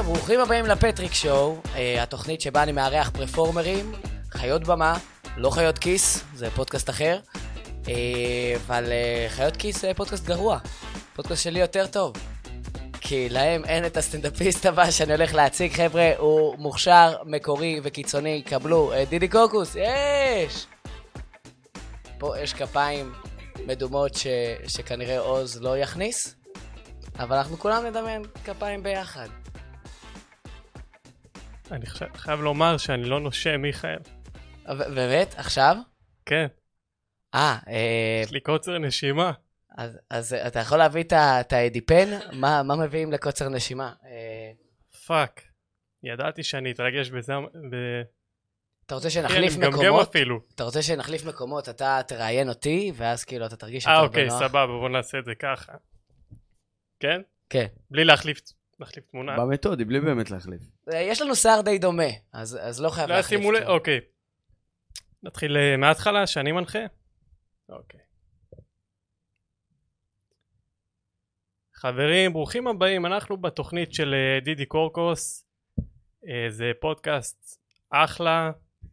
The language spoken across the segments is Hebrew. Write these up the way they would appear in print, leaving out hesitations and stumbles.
ברוכים הבאים לפטריק שואו, התוכנית שבה אני מארח פרפורמרים, חיות במה, לא חיות כיס, זה פודקאסט אחר, אבל חיות כיס זה פודקאסט גרוע, פודקאסט שלי יותר טוב, כי להם אין את הסטנדאפיסט הבא שאני הולך להציג, חבר'ה, הוא מוכשר, מקורי וקיצוני, קבלו, דידי קוקוס, יש! פה יש כפיים מדומות שכנראה עוז לא יכניס, אבל אנחנו כולם נדמיין כפיים ביחד. אני חייב לומר שאני לא נושם, מיכאל. באמת? עכשיו? כן. יש לי קוצר נשימה. אז אתה יכול להביא את האדיפן? מה מביאים לקוצר נשימה? פאק. ידעתי שאני אתרגש בזה... אתה רוצה שנחליף מקומות? גם אפילו. אתה רוצה שנחליף מקומות, אתה תראיין אותי, ואז כאילו אתה תרגיש יותר אוקיי, בנוח. סבבה, בוא נעשה את זה ככה. כן? כן. בלי להחליף תמונה. במתודי, בלי באמת להחליף. יש לנו שיער די דומה, אז לא חייב להחליף. אוקיי. נתחיל מההתחלה, שאני מנחה? אוקיי. חברים, ברוכים הבאים, אנחנו בתוכנית של דידי קורקוס. זה פודקאסט אחלה.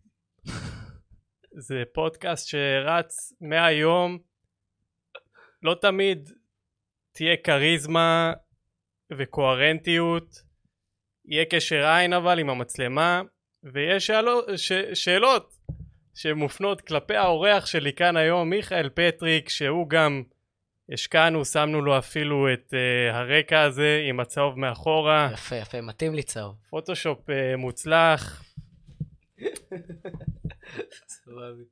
זה פודקאסט שרץ מהיום. לא תמיד תהיה קריזמה וקוהרנטיות. יהיה קשר עין אבל עם המצלמה. ויש שאלות שמופנות כלפי האורח שלי כאן היום, מיכאל פטריק, שהוא גם השקענו, שמנו לו אפילו את הרקע הזה עם הצהוב מאחורה. יפה, יפה, מתאים לי צהוב. פוטושופ מוצלח. סבבי.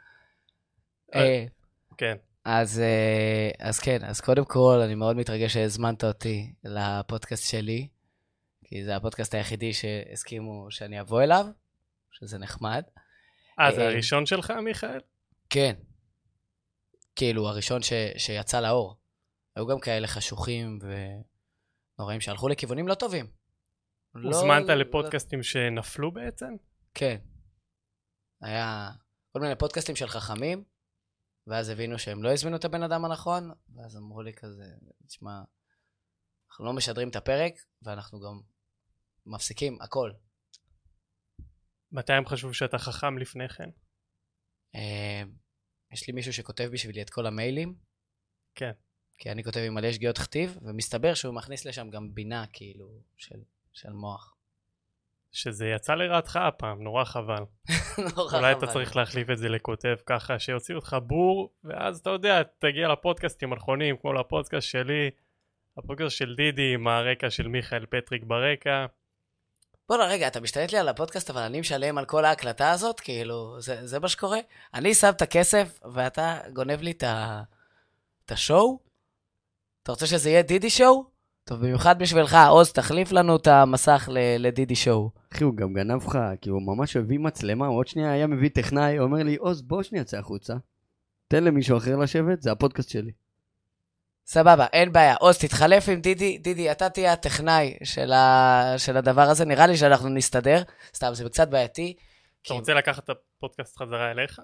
כן. אז כן, אז קודם כל אני מאוד מתרגש שהזמנת אותי לפודקאסט שלי, כי זה הפודקאסט היחידי שהסכימו שאני אבוא אליו, שזה נחמד. זה הראשון שלך, מיכאל? כן. כאילו, הראשון שיצא לאור. היו גם כאלה חשוכים ונוראים שהלכו לכיוונים לא טובים. הוזמנת לפודקאסטים שנפלו בעצם? כן. היה כל מיני פודקאסטים של חכמים, ואז הבינו שהם לא הזמינו את הבן אדם הנכון, ואז אמרו לי כזה, תשמע, אנחנו לא משדרים את הפרק, ואנחנו גם מפסיקים הכל. מתי הם חשבו שאתה חכם לפני כן? יש לי מישהו שכותב בשבילי את כל המיילים. כן. כי אני כותב עם מלא שגיאות כתיב, ומסתבר שהוא מכניס לשם גם בינה, כאילו, של מוח. שזה יצא לרעתך הפעם, נורא חבל. אולי אתה צריך להחליף את זה לכותב ככה, שיוציא אותך בור, ואז אתה יודע, תגיע לפודקאסטים הנכונים, כמו לפודקאסט שלי, הפודקאסט של דידי, עם הרקע של מיכאל פטריק ברקע. בוא רגע, אתה משתלט לי על הפודקאסט, אבל אני משלם על כל ההקלטה הזאת, כאילו, זה מה שקורה? אני שם את הכסף, ואתה גונב לי את השואו? אתה רוצה שזה יהיה דידי שואו? טוב, במיוחד בשבילך, עוז, תחליף לנו את המסך לדידי שואו. אחי, הוא גם גנב לך, כי הוא ממש הביא מצלמה, הוא עוד שנייה היה מביא טכנאי, אומר לי, עוז, בוא שנייה צא החוצה. תן למישהו אחר לשבת, זה הפודקאסט שלי. סבבה, אין בעיה. עוז, תתחלף עם דידי. דידי, אתה תהיה הטכנאי של הדבר הזה. נראה לי שאנחנו נסתדר. סתם, זה קצת בעייתי. אתה רוצה לקחת את הפודקאסט חזרה אליך?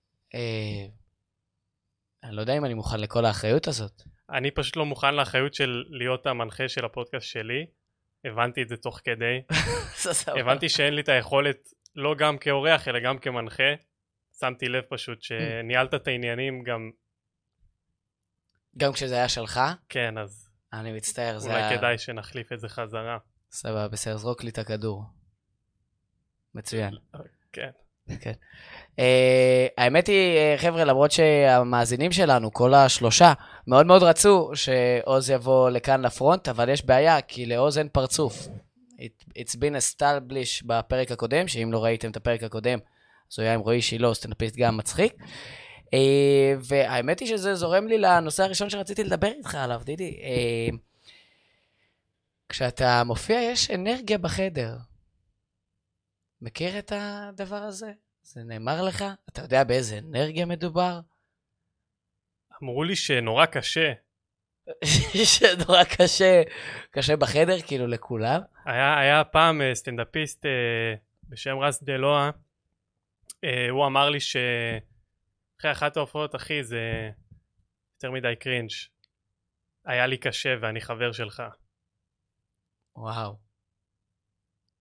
אני לא יודע אם אני מוכן לכל האחריות הזאת. אני פשוט לא מוכן לאחריות של להיות המנחה של הפודקאסט שלי. הבנתי את זה תוך כדי. הבנתי שאין לי את היכולת, לא גם כאורח, אלא גם כמנחה. שמתי לב פשוט שניהלת את העניינים גם כשזה היה שלך? כן, אז... אני מצטער, זה אולי כדאי שנחליף את זה חזרה. סבבה, בסדר, זרוק לי את הכדור. מצוין. כן. כן. האמת היא, חבר'ה, למרות שהמאזינים שלנו, כל השלושה, מאוד מאוד רצו שעוז יבוא לכאן לפרונט, אבל יש בעיה, כי לעוז אין פרצוף. It's been established בפרק הקודם, שאם לא ראיתם את הפרק הקודם, אז הוא היה עם רועי שילה, סטנדאפיסט גם מצחיק. והאמת היא שזה זורם לי לנושא הראשון שרציתי לדבר איתך עליו, דידי. כשאתה מופיע, יש אנרגיה בחדר. מכיר את הדבר הזה? זה נאמר לך? אתה יודע באיזה אנרגיה מדובר? אמרו לי שנורא קשה. שנורא קשה בחדר, כאילו לכולם. היה פעם סטנדאפיסט בשם רס דלואה, הוא אמר לי אחרי אחת ההופעות, אחי, זה יותר מדי קרינג'. היה לי קשה ואני חבר שלך. וואו.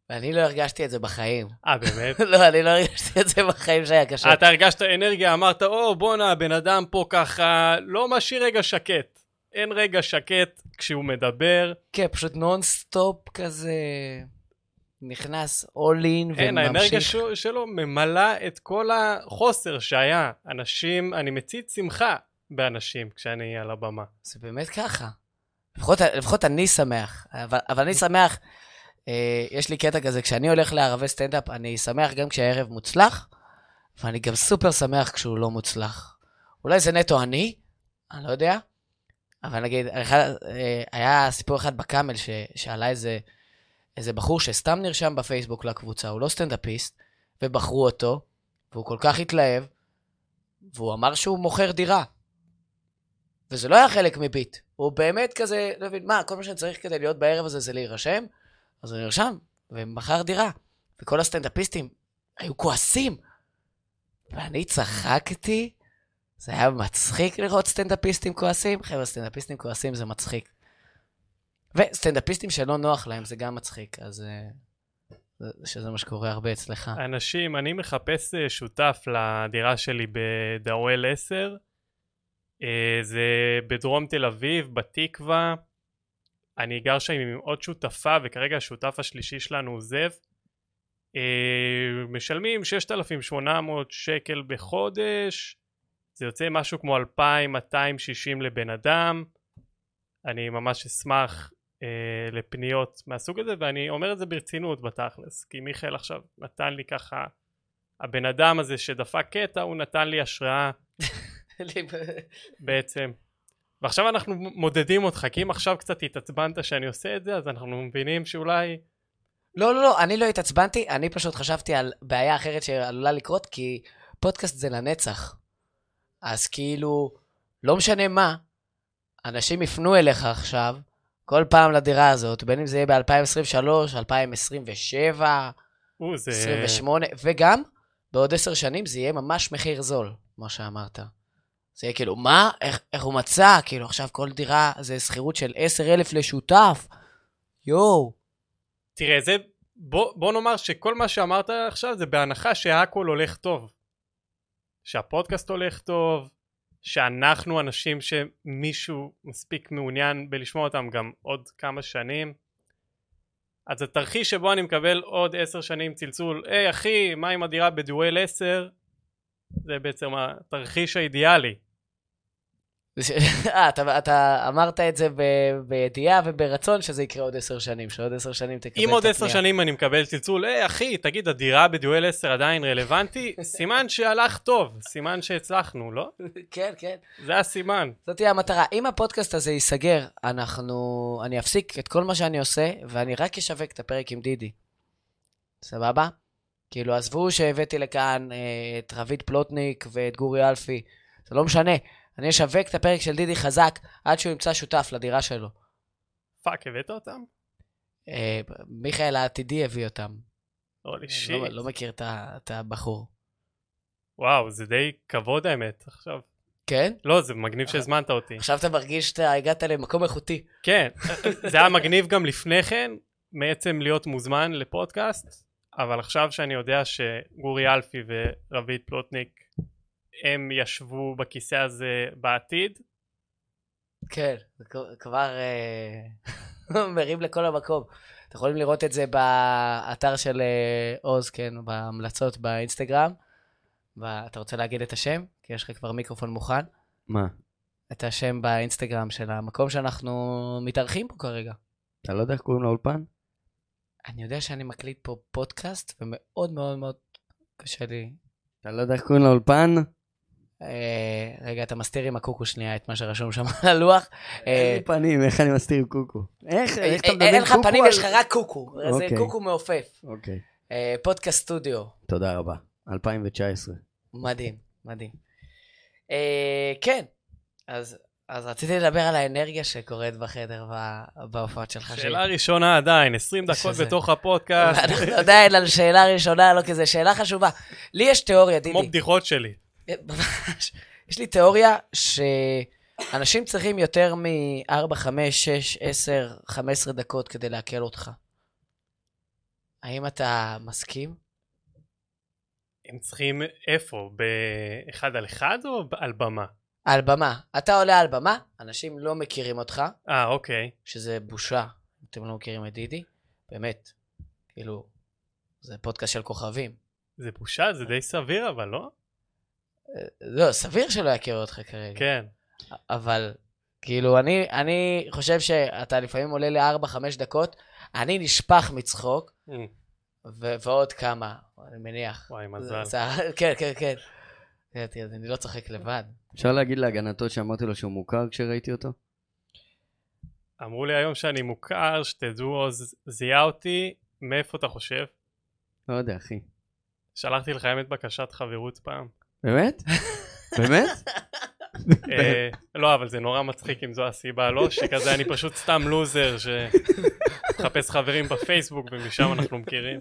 ואני לא הרגשתי את זה בחיים. באמת? לא, אני לא הרגשתי את זה בחיים שהיה קשה. אתה הרגשת אנרגיה, אמרת, בואנה, הבן אדם פה ככה, לא משאיר רגע שקט. אין רגע שקט כשהוא מדבר. כן, פשוט נונסטופ כזה, נכנס all in וממשיך. אין, האנרגיה שלו ממלא את כל החוסר שהיה. אנשים, אני מצית שמחה באנשים כשאני על הבמה. זה באמת ככה. לפחות אני שמח. אבל אני שמח, יש לי קטע כזה, כשאני הולך לערבי סטנדאפ, אני שמח גם כשהערב מוצלח, ואני גם סופר שמח כשהוא לא מוצלח. אולי זה נטו אני לא יודע. אבל נגיד, היה סיפור אחד בקאמל שעלה איזה בחור שסתם נרשם בפייסבוק לקבוצה, הוא לא סטנדאפיסט, ובחרו אותו, והוא כל כך התלהב, והוא אמר שהוא מוכר דירה. וזה לא היה חלק מביט. הוא באמת כזה, לא מבין, מה, כל מה שאני צריך כדי להיות בערב הזה זה להירשם, אז הוא נרשם, ומכר דירה. וכל הסטנדאפיסטים היו כועסים. ואני צחקתי, זה היה מצחיק לראות סטנדאפיסטים כועסים. חבר'ה, סטנדאפיסטים כועסים זה מצחיק. וסטנדאפיסטים שלא נוח להם זה גם מצחיק, אז שזה מה שקורה הרבה אצלך. אנשים, אני מחפש שותף לדירה שלי בדאוול 10, זה בדרום תל אביב, בתקווה, אני גר שם עם עוד שותפה, וכרגע השותף השלישי שלנו הוא זב, משלמים 6,800 שקל בחודש, זה יוצא משהו כמו 2,260 לבן אדם, אני ממש אשמח לפניות מהסוג הזה, ואני אומר את זה ברצינות בתכלס, כי מיכאל עכשיו נתן לי ככה, הבן אדם הזה שדפק קטע, הוא נתן לי השראה בעצם. ועכשיו אנחנו מודדים אותך, כי אם עכשיו קצת התעצבנת שאני עושה את זה, אז אנחנו מבינים שאולי... לא, אני לא התעצבנתי, אני פשוט חשבתי על בעיה אחרת שעלולה לקרות, כי פודקאסט זה לנצח. אז כאילו, לא משנה מה, אנשים יפנו אליך עכשיו, כל פעם לדירה הזאת, בין אם זה יהיה ב-2023, 2027, 28, וגם בעוד 10 שנים זה יהיה ממש מחיר זול, כמו שאמרת. זה יהיה כאילו, מה? איך הוא מצא? כאילו עכשיו כל דירה זה שכירות של 10,000 לשותף. יואו. תראה, זה, בוא נאמר שכל מה שאמרת עכשיו זה בהנחה שהכל הולך טוב. שהפודקאסט הולך טוב, שאנחנו אנשים שמישהו מספיק מעוניין בלשמוע אותם גם עוד כמה שנים. אז התרחיש שבו אני מקבל עוד 10 שנים צלצול, היי אחי, מה עם הדירה בדואל 10? זה בעצם התרחיש האידיאלי. אתה אמרת את זה בידיעה וברצון שזה יקרה עוד 10 שנים, שעוד 10 שנים תקבל את הפנייה. אם עוד 10 שנים אני מקבל צלצול, היי אחי, תגיד, הדירה בדואל 10 עדיין רלוונטי? סימן שהלך טוב, סימן שהצלחנו, לא? כן, כן. זה הסימן. זאת תהיה המטרה. אם הפודקאסט הזה ייסגר, אני אפסיק את כל מה שאני עושה, ואני רק אשווק את הפרק עם דידי. סבבה? כאילו, עזבו שהבאתי לכאן את רביד פלוטניק ואת גורי אלפי. זה לא משנה. אני אשווק את הפרק של דידי חזק עד שהוא ימצא שותף לדירה שלו. פאק, הבאת אותם? מיכאל העתידי הביא אותם. הולי שיט. לא מכיר את הבחור. וואו, זה די כבוד האמת עכשיו. כן? לא, זה מגניב שהזמנת אותי. עכשיו אתה מרגיש שאתה הגעת למקום איכותי. כן, זה היה מגניב גם לפני כן, בעצם להיות מוזמן לפודקאסט, אבל עכשיו שאני יודע שגורי אלפי ורביד פלוטניק הם ישבו בכיסא הזה בעתיד. כן, כבר מרים לכל המקום. אתם יכולים לראות את זה באתר של עוז, כן, בהמלצות באינסטגרם. ואתה רוצה להגיד את השם? כי יש לך כבר מיקרופון מוכן. מה? את השם באינסטגרם של המקום שאנחנו מתארחים פה כרגע. אתה לא יודע איך קוראים לאולפן? אני יודע שאני מקליט פה פודקאסט, ומאוד מאוד מאוד קשה לי. אתה לא יודע איך קוראים לאולפן? רגע, אתה מסתיר עם הקוקו שנייה את מה שרשום שם על הלוח. אין לי פנים, איך אני מסתיר עם קוקו? איך אתה מדבר אין לך קוקו? פנים, יש לך רק קוקו. זה קוקו מעופף. אוקיי. פודקאסט סטודיו. תודה רבה. 2019. מדהים, מדהים. כן, אז רציתי לדבר על האנרגיה שקורית בחדר בהופעות שלך. שאלה ראשונה עדיין, 20 דקות בתוך הפודקאסט. אנחנו עדיין על שאלה ראשונה, לא כזה, שאלה חשובה. לי יש תיאוריה, דידי. כמו בדיחות שלי. יש לי תיאוריה שאנשים צריכים יותר מ-4, 5, 6, 10, 15 דקות כדי להקל אותך. האם אתה מסכים? הם צריכים איפה? באחד על אחד או על במה? על במה. אתה עולה על במה, אנשים לא מכירים אותך, אוקיי. שזה בושה, אם אתם לא מכירים את דידי. באמת, כאילו, זה פודקאסט של כוכבים. זה בושה, זה די סביר, אבל לא? לא, סביר שלא יכירו אותך כרגע. כן. אבל, כאילו, אני חושב שאתה לפעמים עולה ל4-5 דקות, אני נשפח מצחוק, ועוד כמה, אני מניח. וואי, מזל. כן, כן, כן. אני לא צוחק לבד. אפשר להגיד להגנתו שאמרתי לו שהוא מוכר כשראיתי אותו? אמרו לי היום שאני מוכר, שתדעו, עוז זיהה אותי, מאיפה אתה חושב? לא יודע, אחי. שלחתי לך האמת בקשת חברות פעם. באמת? באמת? לא, אבל זה נורא מצחיק אם זו הסיבה, לא? שכזה אני פשוט סתם לוזר שמחפש חברים בפייסבוק ומשם אנחנו מכירים.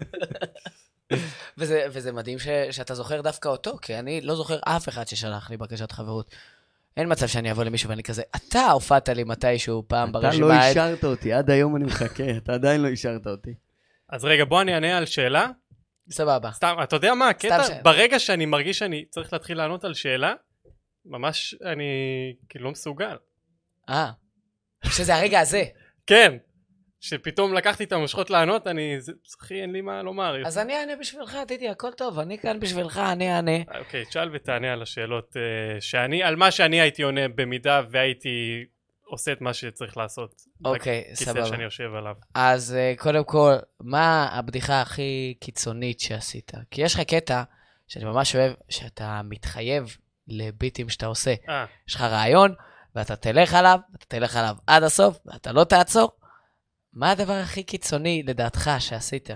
וזה מדהים שאתה זוכר דווקא אותו, כי אני לא זוכר אף אחד ששלח לי בקשת חברות. אין מצב שאני אבוא למישהו ואני כזה, אתה הופעת לי מתישהו פעם ברשימה. אתה לא אישרת אותי, עד היום אני מחכה, אתה עדיין לא אישרת אותי. אז רגע, בוא אני אענה על שאלה. סבבה. סתם, אתה יודע מה הקטע? ברגע שאני מרגיש שאני צריך להתחיל לענות על שאלה, ממש אני כאילו לא מסוגל. שזה הרגע הזה. כן. שפתאום לקחתי את המושכות לענות, אחי, אין לי מה לומר. אז אני אענה בשבילך, דידי, הכל טוב, אני כאן בשבילך, אני אענה. אוקיי, תשאל ותענה על השאלות על מה שאני הייתי עונה במידה והייתי עושה את מה שצריך לעשות. אוקיי, סבבה. כיסא שאני יושב עליו. אז קודם כל, מה הבדיחה הכי קיצונית שעשית? כי יש לך קטע שאני ממש אוהב, שאתה מתחייב לביטים שאתה עושה. יש לך רעיון, ואתה תלך עליו עד הסוף, ואתה לא תעצור. מה הדבר הכי קיצוני לדעתך שעשית?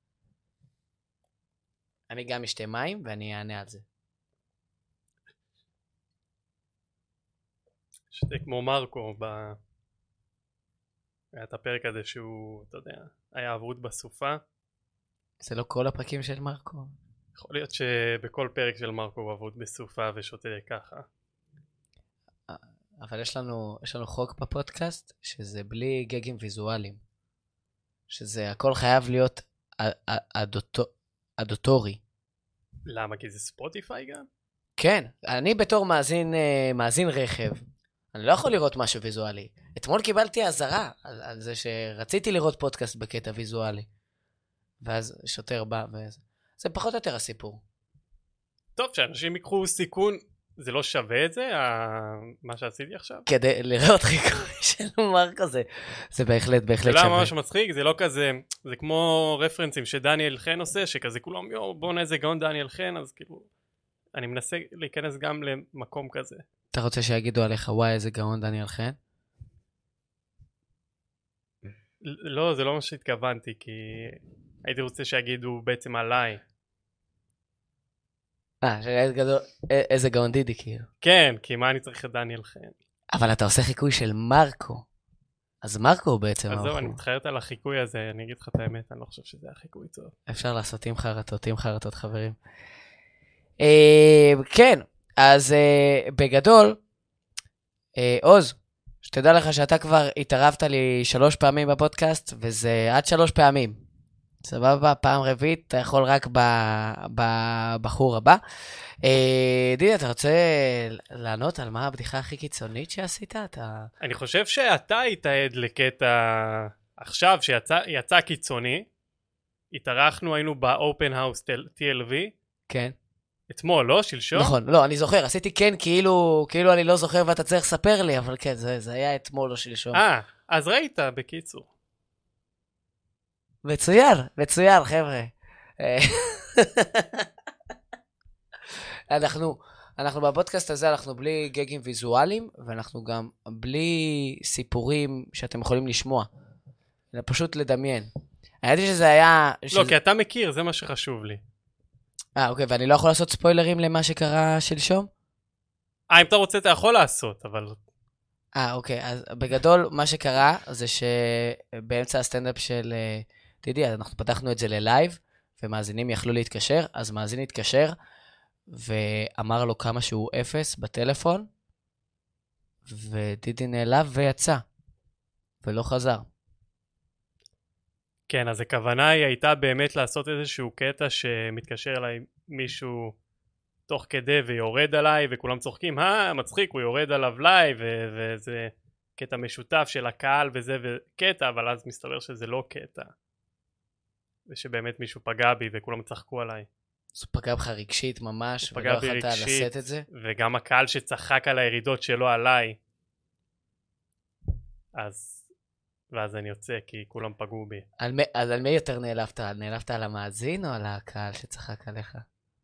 אני גם אשתה מים ואני אענה על זה. שתה כמו מרקו, היה את הפרק הזה שהוא, אתה יודע, היה עברות בסופה. זה לא כל הפרקים של מרקו? יכול להיות שבכל פרק של מרקו הוא עברות בסופה ושותה ככה. אבל יש לנו חוק בפודקאסט שזה בלי גגים ויזואליים. שזה הכל חייב להיות אדוטורי. למה? כי זה ספוטיפיי גם? כן, אני בתור מאזין רכב, אני לא יכול לראות משהו ויזואלי. אתמול קיבלתי אזהרה על זה שרציתי לראות פודקאסט בקטע ויזואלי. ואז שוטר בא וזה. זה פחות או יותר הסיפור. טוב, שאנשים ייקחו סיכון, זה לא שווה את זה, מה שעשיתי עכשיו? כדי לראות חיקוי של מרקו, זה בהחלט שווה. זה לא ממש מצחיק, זה לא כזה, זה כמו רפרנסים שדניאל חן עושה, שכזה כולם, בוא נעשה גאון דניאל חן, אז כאילו, אני מנסה להיכנס גם למקום כזה. אתה רוצה שיגידו עליך, וואי, איזה גאון דניאל חן? לא, זה לא מה שהתכוונתי, כי הייתי רוצה שיגידו בעצם עליי. איזה גאון דידי כאילו. כן, כי מה אני צריך את דניאל חן? אבל אתה עושה חיקוי של מרקו. אז מרקו בעצם. אז זהו, אני מתחרט על החיקוי הזה, אני אגיד לך את האמת, אני לא חושב שזה היה חיקוי טוב. אפשר לעשות עם חרטות חברים. כן, אז בגדול, עוז, שתדע לך שאתה כבר התערבת לי 3 פעמים בפודקאסט, וזה עד 3 פעמים. סבבה, פעם רביעית, אתה יכול רק בבחור הבא. דידי, אתה רוצה לענות על מה הבדיחה הכי קיצונית שעשית? אני חושב שאתה היית עד לקטע עכשיו שיצא קיצוני. התארחנו, היינו באופן האוס TLV. כן. אתמול, לא? שלשום? נכון, לא, אני זוכר, עשיתי כן כאילו אני לא זוכר ואתה צריך לספר לי, אבל כן, זה היה אתמול או שלשום. אז ראית, בקיצור. מצוין, חבר'ה. אנחנו בפודקאסט הזה, אנחנו בלי גגים ויזואליים, ואנחנו גם בלי סיפורים שאתם יכולים לשמוע. אלא פשוט לדמיין. אני ידעתי שזה היה... לא, כי אתה מכיר, זה מה שחשוב לי. אוקיי, ואני לא יכול לעשות ספוילרים למה שקרה שלשום? אם אתה רוצה, אתה יכול לעשות, אבל... אוקיי, אז בגדול, מה שקרה זה שבאמצע הסטנדאפ של... דידי, אנחנו פתחנו את זה ללייב, ומאזינים יכלו להתקשר, אז מאזין התקשר, ואמר לו כמה שהוא 0 בטלפון, ודידי נעלב ויצא, ולא חזר. כן, אז הכוונה היא הייתה באמת לעשות איזשהו קטע שמתקשר אליי מישהו תוך כדי ויורד עליי וכולם צוחקים, מצחיק, הוא יורד עליו לייב וזה קטע משותף של הקהל וזה וקטע, אבל אז מסתבר שזה לא קטע. ושבאמת מישהו פגע בי וכולם צחקו עליי. אז הוא פגע בך רגשית ממש, ולא פגע בי יכולת רגשית, לשאת את זה? וגם הקהל שצחק על הירידות שלו עליי. ואז אני יוצא כי כולם פגעו בי. אז על מי יותר נעלבת? נעלבת על המאזין או על הקהל שצחק עליך?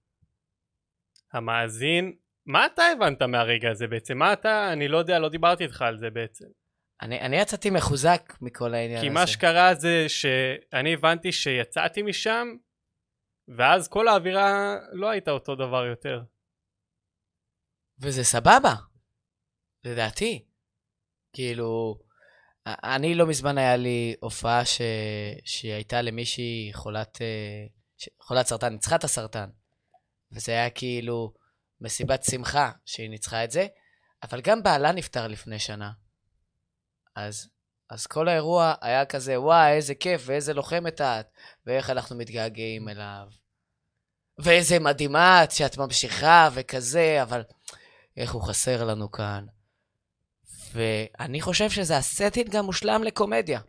המאזין, מה אתה הבנת מהרגע הזה בעצם? אני לא יודע, לא דיברתי איתך על זה בעצם. אני יצאתי מחוזק מכל העניין הזה. כי מה שקרה זה שאני הבנתי שיצאתי משם, ואז כל האווירה לא הייתה אותו דבר יותר. וזה סבבה, לדעתי. כאילו, אני לא מזמן היה לי הופעה שהיא הייתה למישהי חולת סרטן, ניצחה את הסרטן. וזה היה כאילו מסיבת שמחה שהיא ניצחה את זה, אבל גם בעלה נפטר לפני שנה. אז כל האירוע היה כזה, וואי, איזה כיף, ואיזה לוחמת את, ואיך אנחנו מתגעגעים אליו. ואיזה מדהימה את שאת ממשיכה וכזה, אבל איך הוא חסר לנו כאן. ואני חושב שזה הסטינג גם מושלם לקומדיה.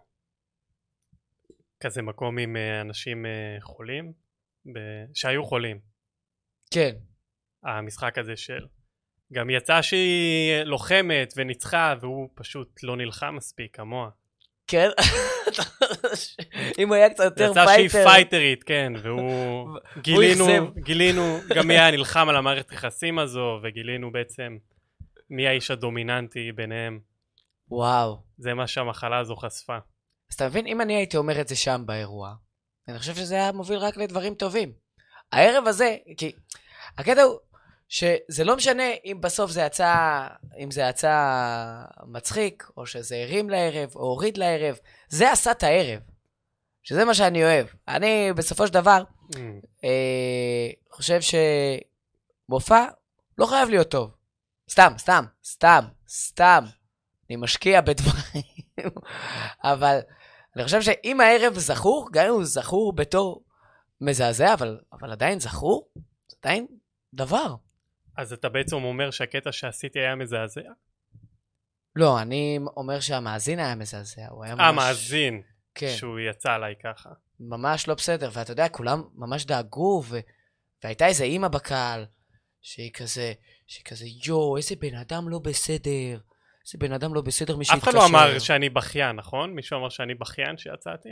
כזה מקום עם אנשים חולים, שהיו חולים. כן. המשחק הזה של... גם יצא שהיא לוחמת וניצחה, והוא פשוט לא נלחם מספיק כמוה. כן? אם הוא היה קצת יותר פייטר. יצא שהיא פייטרית, כן, והוא... גילינו גם מי היה נלחם על המערכת יחסים הזו, וגילינו בעצם מי האיש הדומיננטי ביניהם. וואו. זה מה שהמחלה הזו חשפה. אז אתה מבין, אם אני הייתי אומר את זה שם באירוע, אני חושב שזה היה מוביל רק לדברים טובים. הערב הזה, כי הקטע הוא שזה לא משנה אם בסוף זה יצא מצחיק, או שזה הרים לערב, או הוריד לערב, זה עשה את הערב. שזה מה שאני אוהב. אני בסופו של דבר חושב שמופע לא חייב להיות טוב. סתם. אני משקיע בדברים. אבל אני חושב שאם הערב זכור, גם אם הוא זכור בתור מזעזע, אבל עדיין זכור, זה עדיין דבר. אז אתה בעצם אומר שהקטע שעשיתי היה מזעזע? לא, אני אומר שהמאזין היה מזעזע. הוא היה ממש... מאזין. כן. שהוא יצא עליי ככה. ממש לא בסדר, ואתה יודע, כולם ממש דאגו, והייתה איזה אימא בקהל, שהיא כזה, יו, איזה בן אדם לא בסדר. איזה בן אדם לא בסדר, מי שהתקשר. אף אחד לא אמר שאני בכיין, נכון? מישהו אמר שאני בכיין שיצאתי?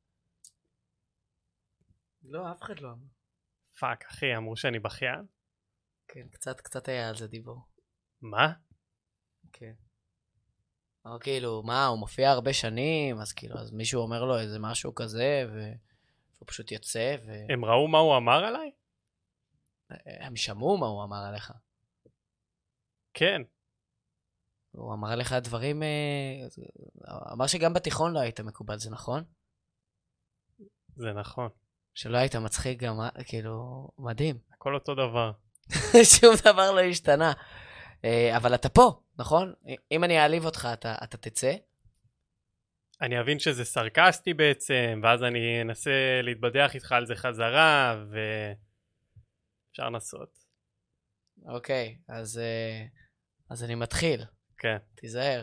לא, אף אחד לא אמר. פאק, אחי, אמרו שאני בכיין? כן, קצת היה על זה דיבור. מה? כן. אבל כאילו, מה, הוא מופיע הרבה שנים, אז כאילו, אז מישהו אומר לו איזה משהו כזה, והוא פשוט יוצא, הם ראו מה הוא אמר עליי? הם שמעו מה הוא אמר עליך. כן. הוא אמר עליך דברים, אמר שגם בתיכון לא היית מקובל, זה נכון? זה נכון. שלא היית מצחיק גם, כאילו, מדהים. הכל אותו דבר. שום דבר לא השתנה. אבל אתה פה, נכון? אם אני אעליב אותך, אתה תצא? אני אבין שזה סרקסטי בעצם, ואז אני אנסה להתבדח איתך על זה חזרה, ואפשר לנסות. אוקיי, אז אני מתחיל. כן. תיזהר.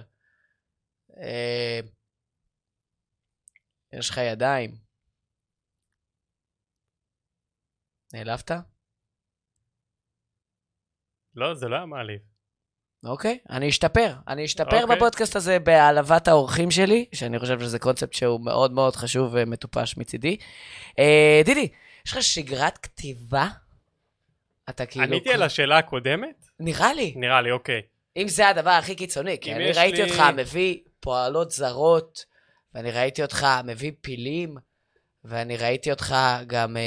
יש לך ידיים. נעלבת? לא, זה לא היה מעליב. אוקיי, אני אשתפר בפודקאסט הזה בהעלבת האורחים שלי, שאני חושב שזה קונספט שהוא מאוד מאוד חשוב ומטופש מצידי. דידי, יש לך שגרת כתיבה? אתה כאילו... עניתי על השאלה הקודמת? נראה לי, אוקיי. אם זה הדבר הכי קיצוני, כי אני ראיתי אותך מביא פועלות זרות, ואני ראיתי אותך מביא פילים, ואני ראיתי אותך גם...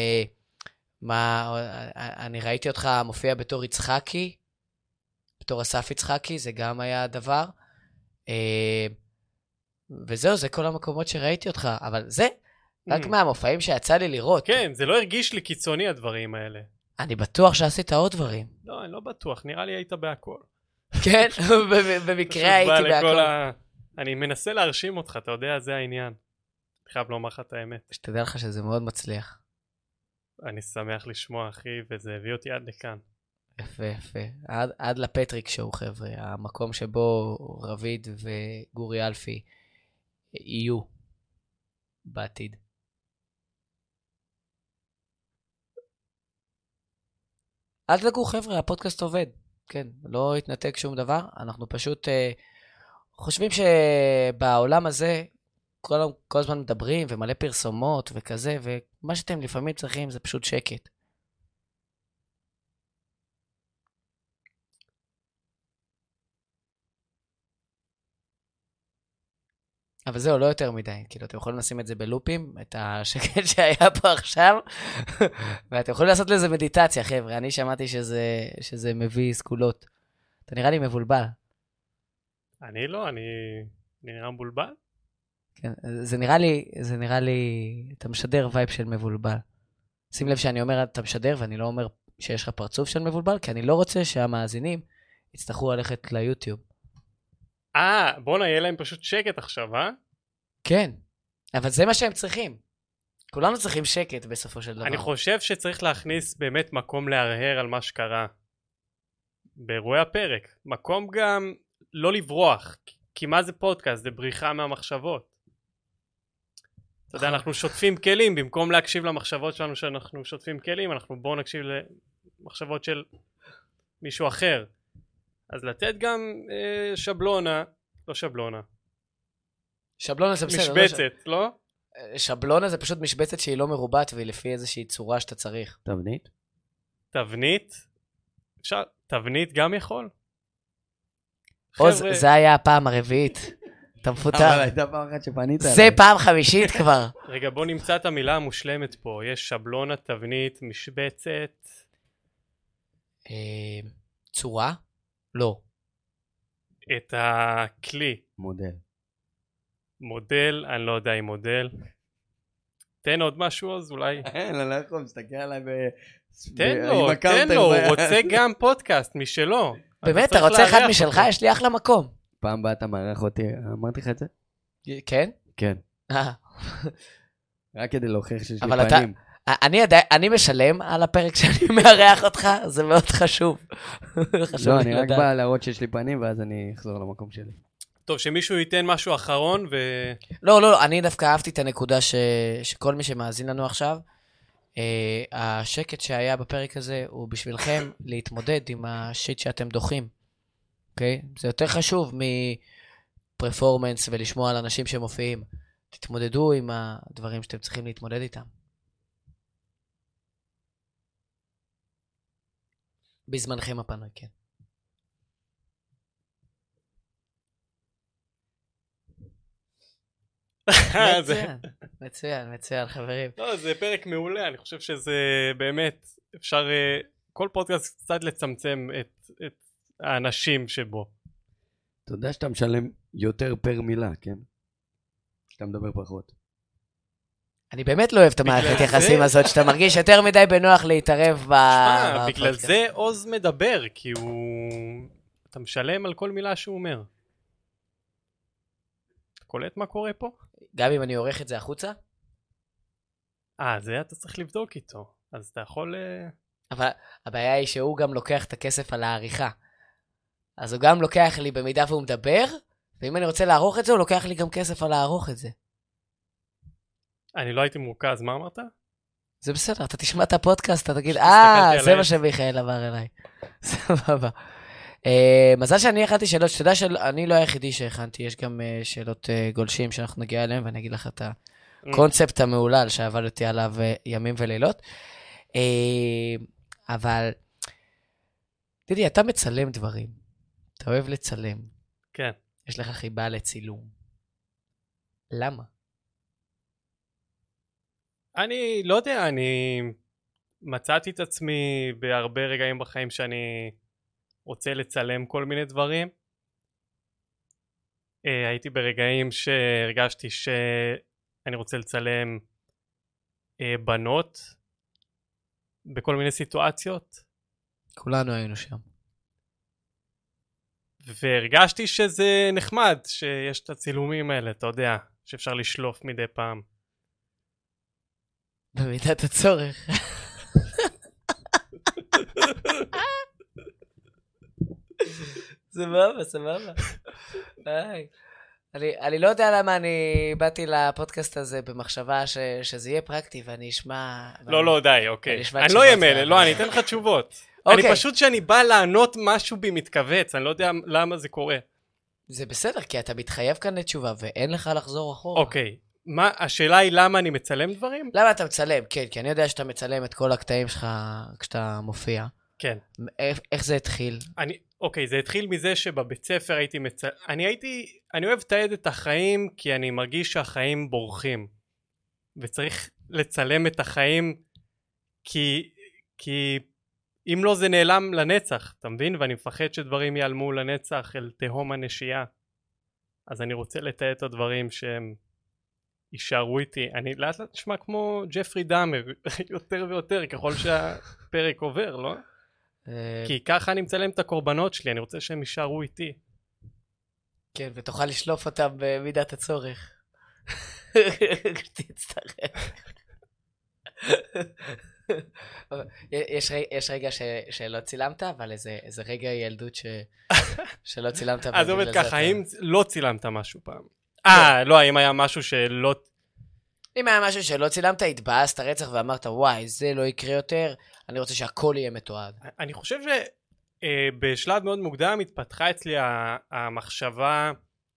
אני ראיתי אותך מופיע בתור יצחקי, בתור אסף יצחקי, זה גם היה הדבר. וזהו, זה כל המקומות שראיתי אותך, אבל זה רק מהמופעים שיצא לי לראות. כן, זה לא הרגיש לי קיצוני הדברים האלה. אני בטוח שעשית עוד דברים. לא, אני לא בטוח, נראה לי היית בהכל. כן, במקרה הייתי בהכל. אני מנסה להרשים אותך, אתה יודע, זה העניין. חייב לומר לך את האמת. שתדע לך שזה מאוד מצליח. אני שמח לשמוע, אחי, וזה הביא אותי עד לכאן. יפה, יפה. עד לפטריק שואו, חבר'ה. המקום שבו רביד וגורי אלפי יהיו בעתיד. אל תדאגו, חבר'ה, הפודקאסט עובד. כן, לא התנתק שום דבר. אנחנו פשוט חושבים שבעולם הזה כל הזמן מדברים ומלא פרסומות וכזה, ומה שאתם לפעמים צריכים זה פשוט שקט. אבל זהו, לא יותר מדי. כאילו, אתם יכולים לשים את זה בלופים, את השקט שהיה פה עכשיו, ואתם יכולים לעשות לזה מדיטציה, חבר'ה. אני שמעתי שזה מביא סגולות. אתה נראה לי מבולבל. אני לא, אני נראה מבולבל. כן, זה נראה לי, אתה משדר וייב של מבולבל. שים לב שאני אומר, אתה משדר, ואני לא אומר שיש לך פרצוף של מבולבל, כי אני לא רוצה שהמאזינים יצטרכו ללכת ליוטיוב. בוא'נה, יהיה להם פשוט שקט עכשיו, כן, אבל זה מה שהם צריכים. כולנו צריכים שקט בסופו של דבר. אני חושב שצריך להכניס באמת מקום להרהר על מה שקרה באירועי הפרק. מקום גם לא לברוח, כי מה זה פודקאסט? זה בריחה מהמחשבות. אתה יודע, אנחנו שוטפים כלים, במקום להקשיב למחשבות שלנו שאנחנו שוטפים כלים, בואו נקשיב למחשבות של מישהו אחר. אז לתת גם שבלונה, לא שבלונה. שבלונה זה בסדר. משבצת, לא? שבלונה זה פשוט משבצת שהיא לא מרובעת, והיא לפי איזושהי צורה שאתה צריך. תבנית? תבנית? אפשר, תבנית גם יכול? עוז, זה היה הפעם הרביעית. אתה מפוטר. אבל הייתה פעם אחת שפנית עליי. זה פעם חמישית כבר. רגע, בוא נמצא את המילה המושלמת פה. יש שבלונה, תבנית, משבצת. צורה? לא. את הכלי. מודל, אני לא יודע אם מודל. תן עוד משהו אז אולי. אין, אני לא יכול, מסתכל עליי תן לו, הוא רוצה גם פודקאסט משלו. באמת, אתה רוצה אחד משלך? יש לי אחלה מקום. פעם באת מארח אותי, אמרתי לך את זה? כן? כן. רק כדי להוכיח שיש לי אבל פנים. אני משלם על הפרק שאני מארח אותך, זה מאוד חשוב. לא, אני רק בא להראות שיש לי פנים, ואז אני אחזור למקום שלי. טוב, שמישהו ייתן משהו אחרון ו... לא, אני דווקא אהבתי את הנקודה שכל מי שמאזין לנו עכשיו, השקט שהיה בפרק הזה הוא בשבילכם להתמודד עם השיט שאתם דוחים. אוקיי? זה יותר חשוב מפרפורמנס ולשמוע על אנשים שמופיעים. תתמודדו עם הדברים שאתם צריכים להתמודד איתם. בזמנכם הפנוי, כן. מצוין, חברים. לא, זה פרק מעולה, אני חושב שזה באמת, אפשר כל פודקאסט קצת לצמצם את האנשים שבו. אתה יודע שאתה משלם יותר פר מילה, כן? אתה מדבר פחות. אני באמת לא אוהב את המערכת יחסים הזאת, שאתה מרגיש יותר מדי בנוח להתערב בפודקאסט. בגלל זה עוז מדבר, כי אתה משלם על כל מילה שהוא אומר. אתה קולט מה קורה פה? גם אם אני עורך את זה החוצה? זה אתה צריך לבדוק איתו. אז אתה יכול... אבל הבעיה היא שהוא גם לוקח את הכסף על העריכה. אז הוא גם לוקח לי במידה והוא מדבר, ואם אני רוצה לערוך את זה, הוא לוקח לי גם כסף על לערוך את זה. אני לא הייתי מורכז, מה אמרת? זה בסדר, אתה תשמע את הפודקאסט, אתה תגיד, זה מה שמיכאל אמר אליי. סבבה. מזל שאני הכנתי שאלות, שתדע שאני לא היחידי שהכנתי, יש גם שאלות גולשים שאנחנו נגיע אליהם, ואני אגיד לך את הקונספט המעולל שעבדתי עליו ימים ולילות. אבל, תדעי, אתה מצלם דברים, אתה אוהב לצלם. כן. יש לך חיבה לצילום. למה? אני לא יודע, אני מצאתי את עצמי בהרבה רגעים בחיים שאני רוצה לצלם כל מיני דברים. הייתי ברגעים שהרגשתי שאני רוצה לצלם בנות בכל מיני סיטואציות. כולנו היינו שם. והרגשתי שזה נחמד שיש את הצילומים האלה, אתה יודע, שאפשר לשלוף מדי פעם. במידת הצורך. סבבה, סבבה. אני לא יודע למה אני באתי לפודקאסט הזה במחשבה שזה יהיה פרקטי ואני אשמע... לא, די, אוקיי. אני לא אהיה לא, אני אתן לך תשובות. אני פשוט שאני בא לענות משהו בי מתכווץ, אני לא יודע למה זה קורה. זה בסדר, כי אתה מתחייב כאן לתשובה ואין לך לחזור אחורה. אוקיי. השאלה היא למה אני מצלם דברים? למה אתה מצלם? כן, כי אני יודע שאתה מצלם את כל הקטעים שלך כשאתה מופיע. כן. איך זה התחיל? אוקיי, זה התחיל מזה שבבית ספר הייתי אני אוהב לתעד את החיים כי אני מרגיש שהחיים בורחים. וצריך לצלם את החיים כי אם לא זה נעלם לנצח, אתה מבין? ואני מפחד שדברים ייעלמו לנצח אל תהום הנשייה. אז אני רוצה לתעד את הדברים שהם יישארו איתי. אני לאט לאט נשמע כמו ג'פרי דאמר, יותר ויותר ככל שהפרק עובר, לא? כי ככה אני מצלם את הקורבנות שלי, אני רוצה שהם יישארו איתי. כן, ותוכל לשלוף אותם במידת הצורך. תצטרך. יש רגע שלא צילמת, אבל איזה רגע ילדות שלא צילמת. אז זה עובד ככה, האם לא צילמת משהו פעם? לא, האם היה משהו שלא... אם היה משהו שלא צילמת, התבאסת רצח ואמרת, וואי, זה לא יקרה יותר, אני רוצה שהכל יהיה מתועד. אני חושב שבשלב מאוד מוקדם התפתחה אצלי המחשבה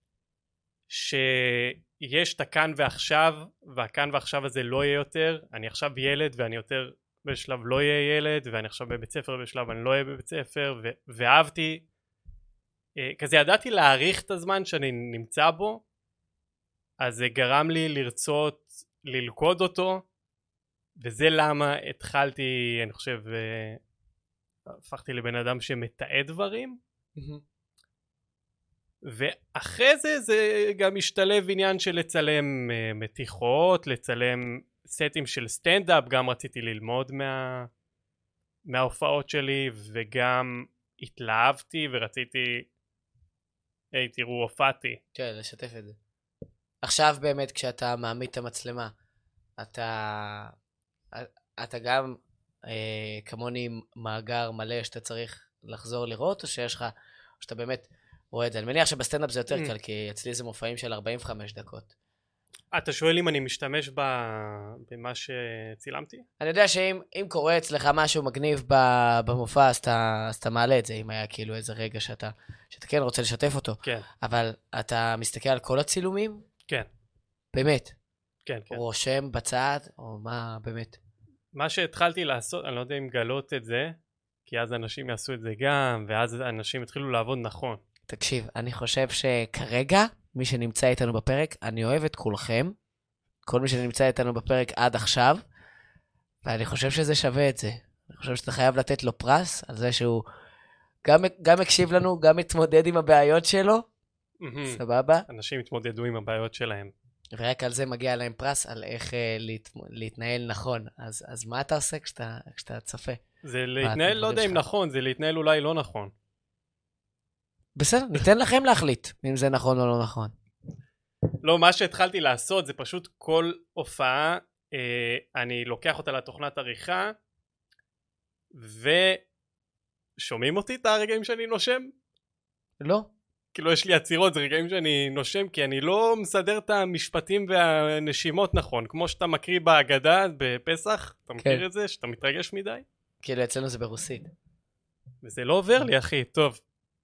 שיש את הכאן ועכשיו, והכאן ועכשיו הזה לא יהיה יותר. אני עכשיו ילד ואני יותר בשלב לא יהיה ילד, ואני עכשיו בבית ספר בשלב אני לא אהיה בבית ספר, ואהבתי, כזה ידעתי להעריך את הזמן שאני נמצא בו, אז זה גרם לי לרצות ללכוד אותו, וזה למה התחלתי, אני חושב, הפכתי לבן אדם שמתעד דברים, ואחרי זה גם משתלב עניין של לצלם מתיחות, לצלם סטים של סטנדאפ, גם רציתי ללמוד מההופעות שלי, וגם התלהבתי ורציתי, תראו, הופעתי. כן, לשתף את זה. עכשיו באמת כשאתה מעמיד את המצלמה, אתה גם כמוני מאגר מלא שאתה צריך לחזור לראות, או שיש לך, או שאתה באמת רואה את זה? אני מניח שבסטנדאפ זה יותר קל, כי אצלי זה מופעים של 45 דקות. אתה שואל אם אני משתמש במה שצילמתי? אני יודע שאם קורה אצלך משהו מגניב במופע, אז אתה מעלה את זה, אם היה כאילו איזה רגע שאתה כן רוצה לשתף אותו. כן. אבל אתה מסתכל על כל הצילומים? כן. באמת? כן, כן. רושם בצד, או מה באמת? מה שהתחלתי לעשות, אני לא יודע אם גלות את זה, כי אז אנשים יעשו את זה גם, ואז אנשים התחילו לעבוד נכון. תקשיב, אני חושב שכרגע, מי שנמצא איתנו בפרק, אני אוהב את כולכם, כל מי שנמצא איתנו בפרק עד עכשיו, ואני חושב שזה שווה את זה. אני חושב שאתה חייב לתת לו פרס, על זה שהוא גם הקשיב לנו, גם מתמודד עם הבעיות שלו, סבבה? אנשים התמודדו עם הבעיות שלהם. ורק על זה מגיע להם פרס, על איך להתנהל נכון. אז מה אתה עושה כשאתה צופה? זה להתנהל, לא יודע אם נכון, זה להתנהל אולי לא נכון. בסדר, ניתן לכם להחליט אם זה נכון או לא נכון. לא, מה שהתחלתי לעשות זה פשוט כל הופעה, אני לוקח אותה לתוכנת עריכה, ושומעים אותי את הרגעים שאני נושם? לא. כאילו יש לי עצירות, זה רגעים שאני נושם, כי אני לא מסדר את המשפטים והנשימות נכון, כמו שאתה מקריא בהגדה בפסח, אתה מכיר את זה, שאתה מתרגש מדי? כאילו אצלנו זה ברוסית. וזה לא עובר לי, אחי, טוב.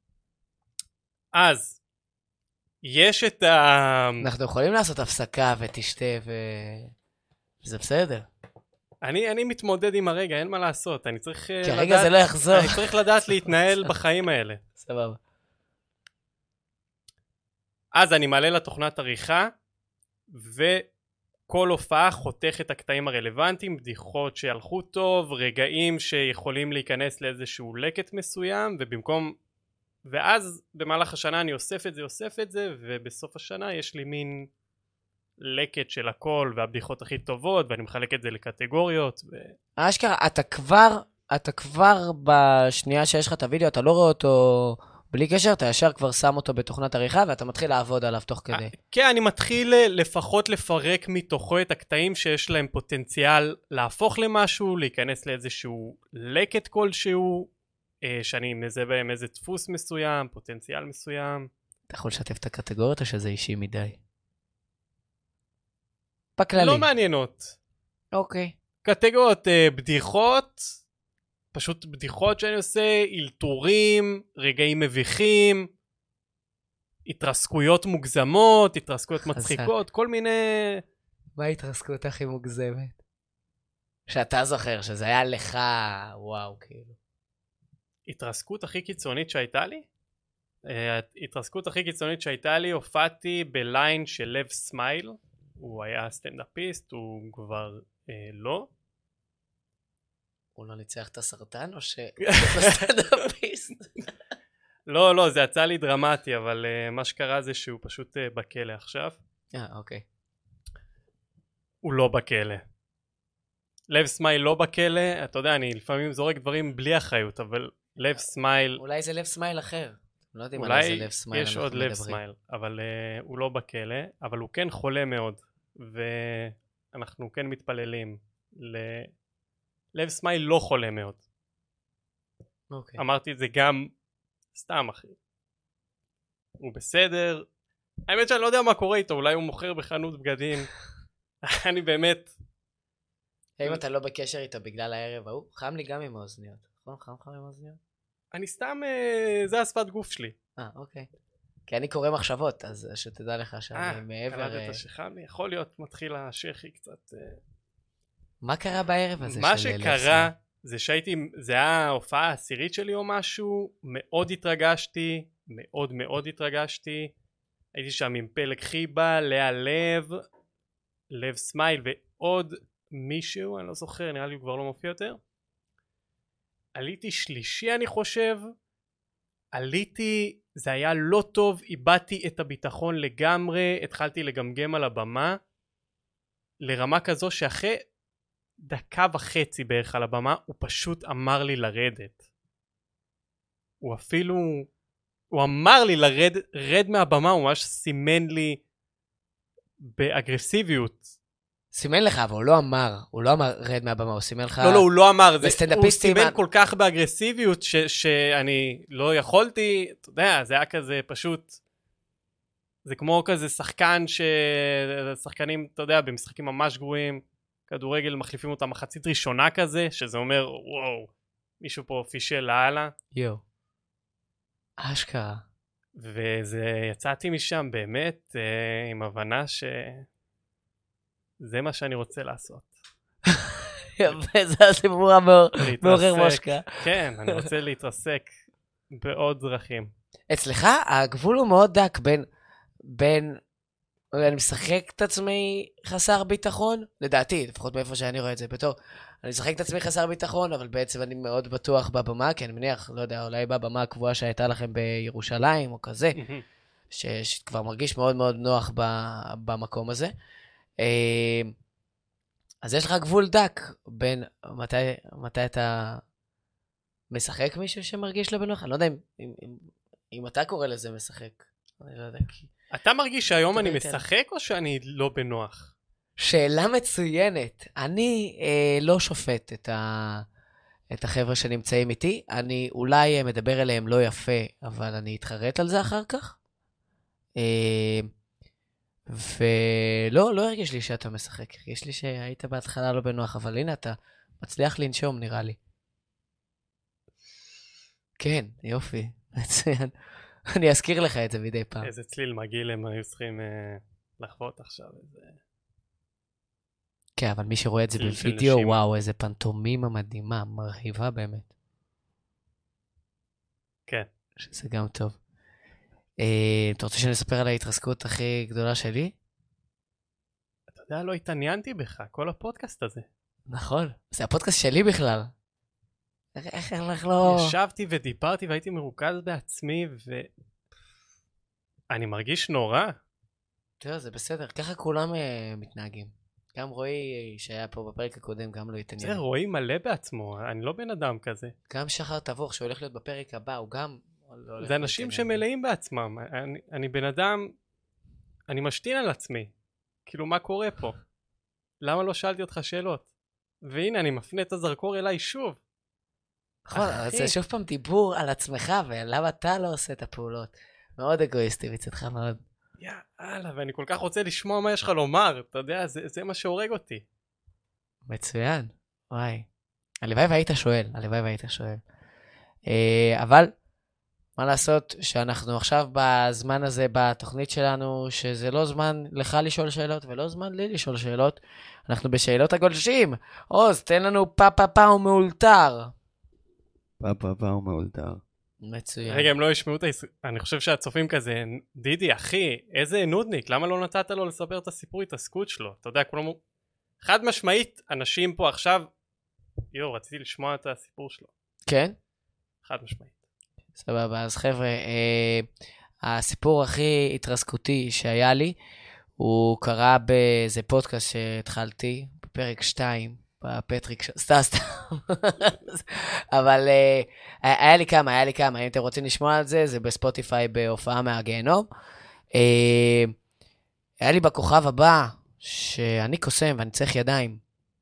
אז, יש את אנחנו יכולים לעשות הפסקה ותשתה וזה בסדר. אני מתמודד עם הרגע, אין מה לעשות, אני צריך כי הרגע זה לא יחזור. אני צריך לדעת להתנהל בחיים האלה. סבבה. אז אני מעלה לתוכנת עריכה, וכל הופעה חותך את הקטעים הרלוונטיים, בדיחות שהלכו טוב, רגעים שיכולים להיכנס לאיזשהו לקט מסוים, ואז במהלך השנה אני אוסף את זה, ובסוף השנה יש לי מין לקט של הכל, והבדיחות הכי טובות, ואני מחלק את זה לקטגוריות. אשכרה, אתה כבר בשנייה שיש לך את הוידאו, אתה לא רואה אותו בלי קשר, אתה ישר כבר שם אותו בתוכנת עריכה, ואתה מתחיל לעבוד עליו תוך כדי. כן, אני מתחיל לפחות לפרק מתוכו את הקטעים שיש להם פוטנציאל להפוך למשהו, להיכנס לאיזשהו לקט כלשהו, שאני מזהה בהם איזה דפוס מסוים, פוטנציאל מסוים. אתה יכול לשתף את הקטגוריות או שזה אישי מדי? בכללי. לא מעניינות. אוקיי. קטגוריות בדיחות, פשוט בדיחות שאני עושה, אלתורים, רגעים מביכים, התרסקויות מוגזמות, התרסקויות מצחיקות, כל מיני... מה ההתרסקות הכי מוגזמת? שאתה זוכר, שזה היה לך, וואו, כאילו. התרסקות הכי קיצונית שהייתה לי? התרסקות הכי קיצונית שהייתה לי, הופעתי בליין של לב סמייל, הוא היה סטנדאפיסט, הוא כבר לא. הוא לא ניצח את הסרטן או שהוא סטנדאפיסט? לא, זה יצא לי דרמטי, אבל מה שקרה זה שהוא פשוט בכלא עכשיו. אוקיי. הוא לא בכלא. לב סמייל לא בכלא, אתה יודע, אני לפעמים זורק דברים בלי אחריות, אבל לב סמייל... אולי זה לב סמייל אחר. לא יודעים על איזה לב סמייל אולי יש עוד לב סמייל, אבל הוא לא בכלא, אבל הוא כן חולה מאוד, ואנחנו כן מתפללים. לב סמייל לא חולה מאוד. אוקיי. אמרתי את זה גם סתם, אחי. הוא בסדר. האמת שאני לא יודע מה קורה איתו, אולי הוא מוכר בחנות בגדים. אני באמת... האם אתה לא בקשר איתו בגלל הערב ההוא? חם לי גם עם האוזניות. נכון? חם עם האוזניות? אני סתם... זה השפת גוף שלי. אוקיי. כי אני קורא מחשבות, אז שתדע לך שאני מעבר... קלטת שחם לי? יכול להיות מתחיל השכי קצת... מה קרה בערב הזה? מה שקרה זה שהייתי... זה היה ההופעה העשירית שלי או משהו, מאוד התרגשתי, מאוד מאוד התרגשתי. הייתי שם עם פלג חיבה, לאה לב סמייל ועוד מישהו, אני לא זוכר, נראה לי הוא כבר לא מופיע יותר. עליתי שלישי אני חושב, זה היה לא טוב, איבדתי את הביטחון לגמרי, התחלתי לגמגם על הבמה, לרמה כזו שאחרי דקה וחצי בערך על הבמה, הוא פשוט אמר לי לרדת. הוא אמר לי רד מהבמה, הוא ממש סימן לי באגרסיביות. סימן לך, אבל הוא לא אמר רד מהבמה, הוא סימן לך... לא, הוא לא אמר, הוא סטנדאפיסטים... סימן כל כך באגרסיביות שאני לא יכולתי, אתה יודע, זה היה כזה פשוט, זה כמו כזה שחקנים, אתה יודע, במשחקים ממש גרועים, כדורגל מחליפים אותם מחצית ראשונה כזה, שזה אומר, וואו, מישהו פה פישל להלאה. אשכרה. יצאתי משם באמת עם הבנה זה מה שאני רוצה לעשות. זה הסיפור המעורר מושקע. כן, אני רוצה להתרסק בעוד דרכים. אצלך הגבול הוא מאוד דק בין אני משחק את עצמי חסר ביטחון, לדעתי, לפחות מאיפה שאני רואה את זה בתור, אני משחק את עצמי חסר ביטחון, אבל בעצם אני מאוד בטוח בבמה, כי אני מניח, לא יודע, אולי בבמה הקבועה שהייתה לכם בירושלים או כזה, שכבר מרגיש מאוד מאוד נוח במקום הזה. אז יש לך גבול דק בין מתי אתה משחק מישהו שמרגיש לא בנוח? אני לא יודע אם אתה קורא לזה משחק. אני לא יודע. אתה מרגיש שהיום אני משחק או שאני לא בנוח? שאלה מצוינת. אני לא שופט את החבר'ה שנמצאים איתי. אני אולי מדבר אליהם לא יפה, אבל אני אתחרט על זה אחר כך. ולא הרגיש לי שאתה משחק, הרגיש לי שהיית בהתחלה לא בנוח, אבל הנה אתה מצליח לנשום נראה לי. כן, יופי, מצוין. אני אזכיר לך את זה מדי פעם. איזה צליל מגעיל הם היו צריכים לחוות עכשיו. כן, אבל מי שרואה את זה בווידאו, וואו, איזה פנטומימה מדהימה, מרהיבה באמת. כן. שזה גם טוב. אתה רוצה שאני אספר על ההתרסקות הכי גדולה שלי? אתה יודע, לא התעניינתי בך, כל הפודקאסט הזה. נכון, זה הפודקאסט שלי בכלל. איך לא... ישבתי ודיברתי והייתי מרוכז בעצמי ואני מרגיש נורא. תראה, זה בסדר, ככה כולם מתנהגים. גם רועי שהיה פה בפרק הקודם, גם לא התעניין. זה רועי מלא בעצמו, אני לא בן אדם כזה. גם שחר תבוך שהולך להיות בפרק הבא, הוא גם זה אנשים שמלאים בעצמם. אני בן אדם, אני משתין על עצמי. כאילו, מה קורה פה? למה לא שאלתי אותך שאלות? והנה, אני מפנה את הזרקור אליי שוב. נכון, זה שוב פעם דיבור על עצמך, ולמה אתה לא עושה את הפעולות. מאוד אגואיסטי מצדך מאוד. יאללה, ואני כל כך רוצה לשמוע מה יש לך לומר. אתה יודע, זה מה שהורג אותי. מצוין. וואי. הלוואי והיית שואל. אבל, מה לעשות שאנחנו עכשיו בזמן הזה בתוכנית שלנו, שזה לא זמן לך לשאול שאלות ולא זמן לי לשאול שאלות. אנחנו בשאלות הגולשים. עוז, תן לנו פה ומאולתר. פה ומאולתר. מצוין. רגע, הם לא ישמעו אני חושב שהצופים כזה, דידי, אחי, איזה נודניק, למה לא נתת לו לספר את הסיפור התעסקות שלו? אתה יודע, כולם... חד משמעית, אנשים פה עכשיו, רציתי לשמוע את הסיפור שלו. כן? חד משמעית. סבבה, אז חבר'ה, הסיפור הכי התרסקותי שהיה לי, הוא קרה באיזה פודקאסט שהתחלתי, בפרק 2, בפטריק, סתם. אבל היה לי כמה, אם אתם רוצים לשמוע על זה, זה בספוטיפיי בהופעה מהגיהנום. היה לי בכוכב הבא, שאני קוסם ואני צריך ידיים.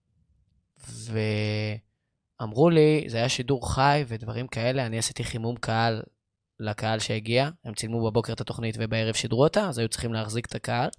ואמרו לי, זה היה שידור חי ודברים כאלה, אני עשיתי חימום קהל לקהל שהגיע, הם צילמו בבוקר את התוכנית ובערב שידרו אותה, אז היו צריכים להחזיק את הקהל.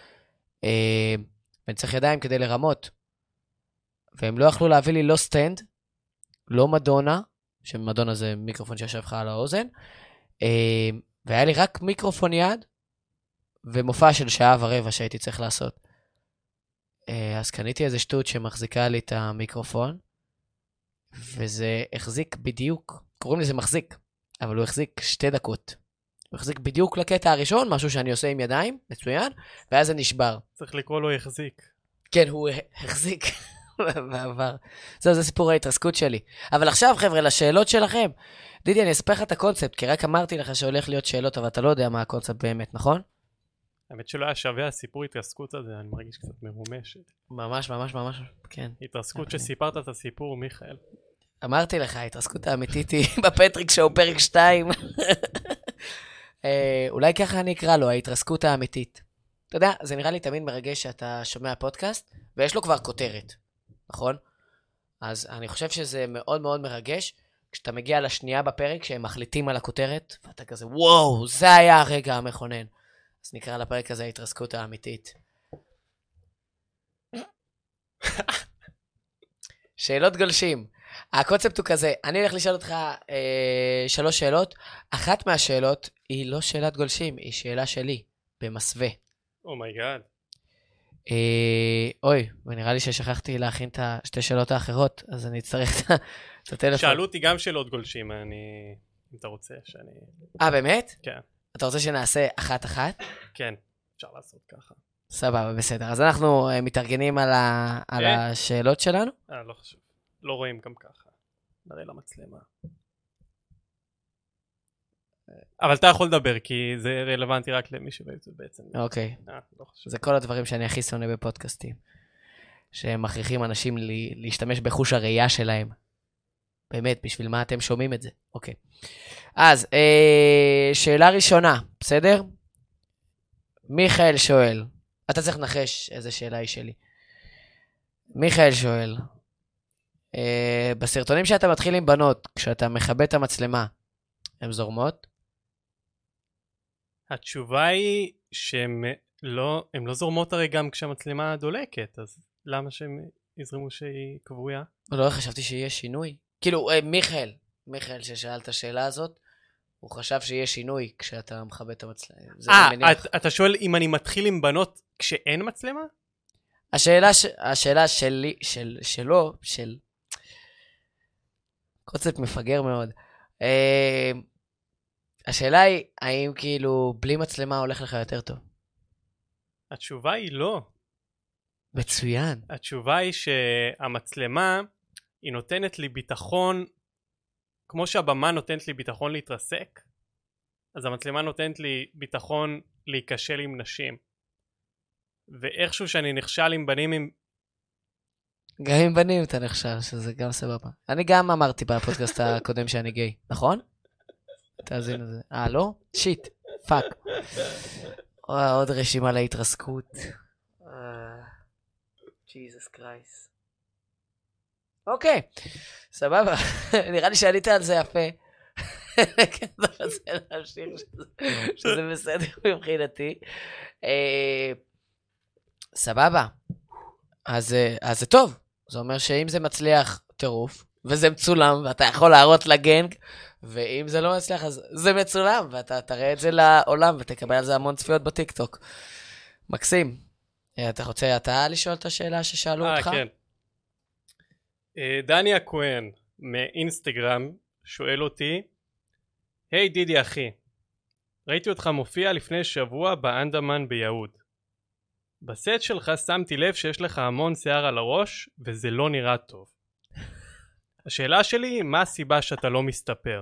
ואני צריך ידיים כדי לרמות. והם לא יכלו להביא לי לא סטנד, לא מדונה, שמדונה זה מיקרופון שישב לך על האוזן, והיה לי רק מיקרופון יד, ומופע של 1.25 שעות שהייתי צריך לעשות. אז קניתי איזה שטות שמחזיקה לי את המיקרופון, וזה החזיק בדיוק, קוראים לזה מחזיק, אבל הוא החזיק 2 דקות. הוא החזיק בדיוק לקטע הראשון, משהו שאני עושה עם ידיים, מצוין, ואז זה נשבר. צריך לקרוא לו החזיק. כן, הוא החזיק בעבר. זה סיפור ההתרסקות שלי. אבל עכשיו, חבר'ה, לשאלות שלכם. דידי, אני אספר לך את הקונספט, כי רק אמרתי לך שהולך להיות שאלות, אבל אתה לא יודע מה הקונספט באמת, נכון? האמת שלא היה שווה הסיפור התרסקות הזה, אני מרגיש קצת מרומש. ממש, כן. התרסקות שסיפרת את הסיפור, מיכאל. אמרתי לך, ההתרסקות האמיתית היא בפטריק שואו פרק 2. אולי ככה אני אקרא לו, ההתרסקות האמיתית. אתה יודע, זה נראה לי תמיד מרגש שאתה שומע פודקאסט, ויש לו כבר כותרת, נכון? אז אני חושב שזה מאוד מאוד מרגש, כשאתה מגיע לשנייה בפרק, שהם מחליטים על הכותרת, ואתה כזה, וואו, זה היה הרגע המכונן. אז נקרא לפרק הזה ההתרסקות האמיתית. שאלות גולשים. הקונספט הוא כזה, אני הולך לשאול אותך 3 שאלות. אחת מהשאלות היא לא שאלת גולשים, היא שאלה שלי, במסווה. אומייגאד. אוי, ונראה לי ששכחתי להכין את 2 שאלות האחרות, אז אני אצטרך את הטלפון. שאלו אותי גם שאלות גולשים, אם אתה רוצה שאני... באמת? כן. אתה רוצה שנעשה 1-1? כן, אפשר לעשות ככה. סבבה, בסדר. אז אנחנו מתארגנים על השאלות שלנו. לא חשוב. לא רואים גם ככה. נראה למצלמה. אבל אתה יכול לדבר, כי זה רלוונטי רק למי שבעצם... אוקיי. לא חשוב. זה כל הדברים שאני הכי שונא בפודקאסטים. שהם מכריחים אנשים להשתמש בחוש הראייה שלהם. באמת, בשביל מה אתם שומעים את זה? אוקיי. אז, שאלה ראשונה, בסדר? מיכאל שואל. אתה צריך לנחש איזה שאלה היא שלי. מיכאל שואל. בסרטונים שאתה מתחיל עם בנות, כשאתה מכבה את המצלמה, הן זורמות? התשובה היא שהן לא זורמות הרי גם כשהמצלמה דולקת, אז למה שהם יזרמו שהיא קבויה? לא, חשבתי שיהיה שינוי. כאילו, מיכאל ששאל את השאלה הזאת, הוא חשב שיהיה שינוי כשאתה מכבה את המצלמה. אתה שואל אם אני מתחיל עם בנות כשאין מצלמה? השאלה שלו, קונספט מפגר מאוד. השאלה היא, האם כאילו בלי מצלמה הולך לך יותר טוב? התשובה היא לא. מצוין. התשובה היא שהמצלמה היא נותנת לי ביטחון, כמו שהבמה נותנת לי ביטחון להתרסק, אז המצלמה נותנת לי ביטחון להיקשל עם נשים. ואיכשהו שאני נכשל עם בנים גם עם בנים אתה נכשל, שזה גם סבבה. אני גם אמרתי בפודקאסט הקודם שאני גיי, נכון? תאזין לזה. לא? שיט, פאק. עוד רשימה להתרסקות. ג'יזוס קרייס. אוקיי, סבבה. נראה לי שעלית על זה יפה. כן, אתה רוצה להמשיך שזה בסדר מבחינתי. סבבה. אז זה טוב. זה אומר שאם זה מצליח טירוף, וזה מצולם, ואתה יכול להראות לגנג, ואם זה לא מצליח, אז זה מצולם, ואתה תראה את זה לעולם, ותקבל על זה המון צפיות בטיקטוק. מקסים. אתה רוצה לשאול את השאלה ששאלו אותך? כן. דני הכהן מאינסטגרם שואל אותי, היי דידי אחי, ראיתי אותך מופיע לפני שבוע באנדמן ביהוד. בסט שלך שמתי לב שיש לך המון שיער על הראש, וזה לא נראה טוב. השאלה שלי, מה הסיבה שאתה לא מסתפר?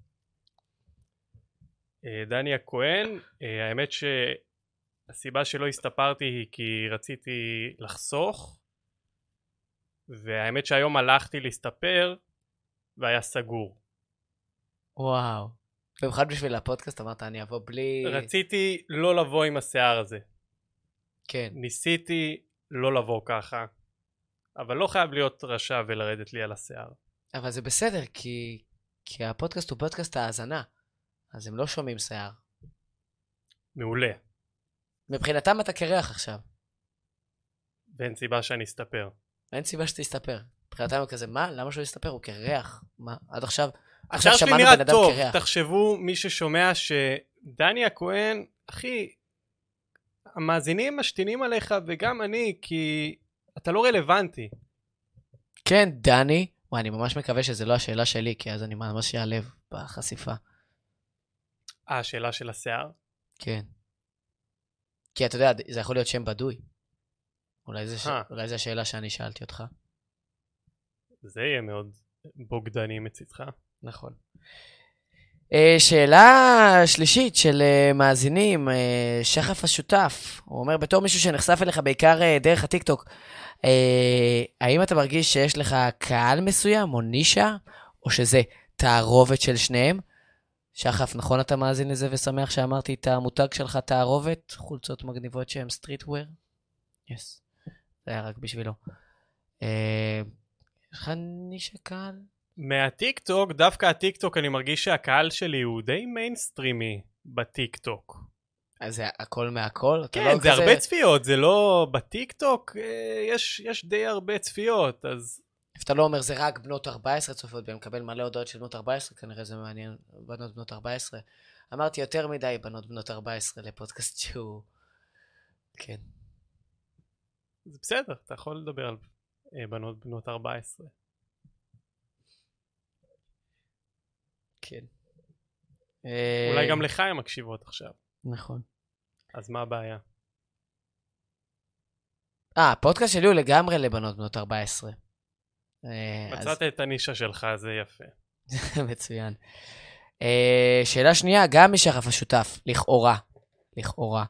דני הכהן, האמת שהסיבה שלא הסתפרתי היא כי רציתי לחסוך, והאמת שהיום הלכתי להסתפר והיה סגור. וואו. במיוחד בשביל הפודקאסט אמרת אני אבוא בלי... רציתי לא לבוא עם השיער הזה. כן. ניסיתי לא לבוא ככה, אבל לא חייב להיות רשע ולרדת לי על השיער. אבל זה בסדר, כי הפודקאסט הוא פודקאסט האזנה, אז הם לא שומעים שיער. מעולה. מבחינתם אתה קרח עכשיו. ואין סיבה שאני אסתפר. אין סיבה שתסתפר. מבחינתם הוא כזה, מה? למה שהוא יסתפר? הוא קרח. מה? עד עכשיו... עכשיו שלי נראה טוב, תחשבו מי ששומע שדני הכהן, אחי, המאזינים משתינים עליך וגם אני, כי אתה לא רלוונטי. כן, דני, אני ממש מקווה שזה לא השאלה שלי, כי אז אני ממש יעלב בחשיפה. השאלה של השיער? כן. כי אתה יודע, זה יכול להיות שם בדוי. אולי זה השאלה שאני שאלתי אותך. זה יהיה מאוד בוגדני מצידך. נכון. שאלה שלישית של מאזינים, שחף השותף, הוא אומר בתור מישהו שנחשף אליך בעיקר דרך הטיקטוק, האם אתה מרגיש שיש לך קהל מסוים או נישה, או שזה תערובת של שניהם? שחף, נכון אתה מאזין לזה ושמח שאמרתי את המותג שלך תערובת, חולצות מגניבות שהן סטריטוור? יס, זה היה רק בשבילו. יש לך נישה קהל? מהטיקטוק, דווקא הטיקטוק אני מרגיש שהקהל שלי הוא די מיינסטרימי בטיקטוק. אז זה הכל מהכל? כן, זה הרבה צפיות, זה לא בטיקטוק, יש די הרבה צפיות, אז... אתה לא אומר זה רק בנות 14 צופות, והם מקבל מלא הודעות של בנות 14, כנראה זה מעניין, בנות בנות 14. אמרתי יותר מדי בנות בנות 14 לפודקאסט שהוא... כן. זה בסדר, אתה יכול לדבר על בנות בנות 14. כן. אולי גם לך הן מקשיבות עכשיו. נכון. אז מה הבעיה? הפודקאסט שלי הוא לגמרי לבנות בנות 14. מצאת את הנישה שלך, זה יפה. מצוין. שאלה שנייה, גם משחף השותף, לכאורה. לכאורה.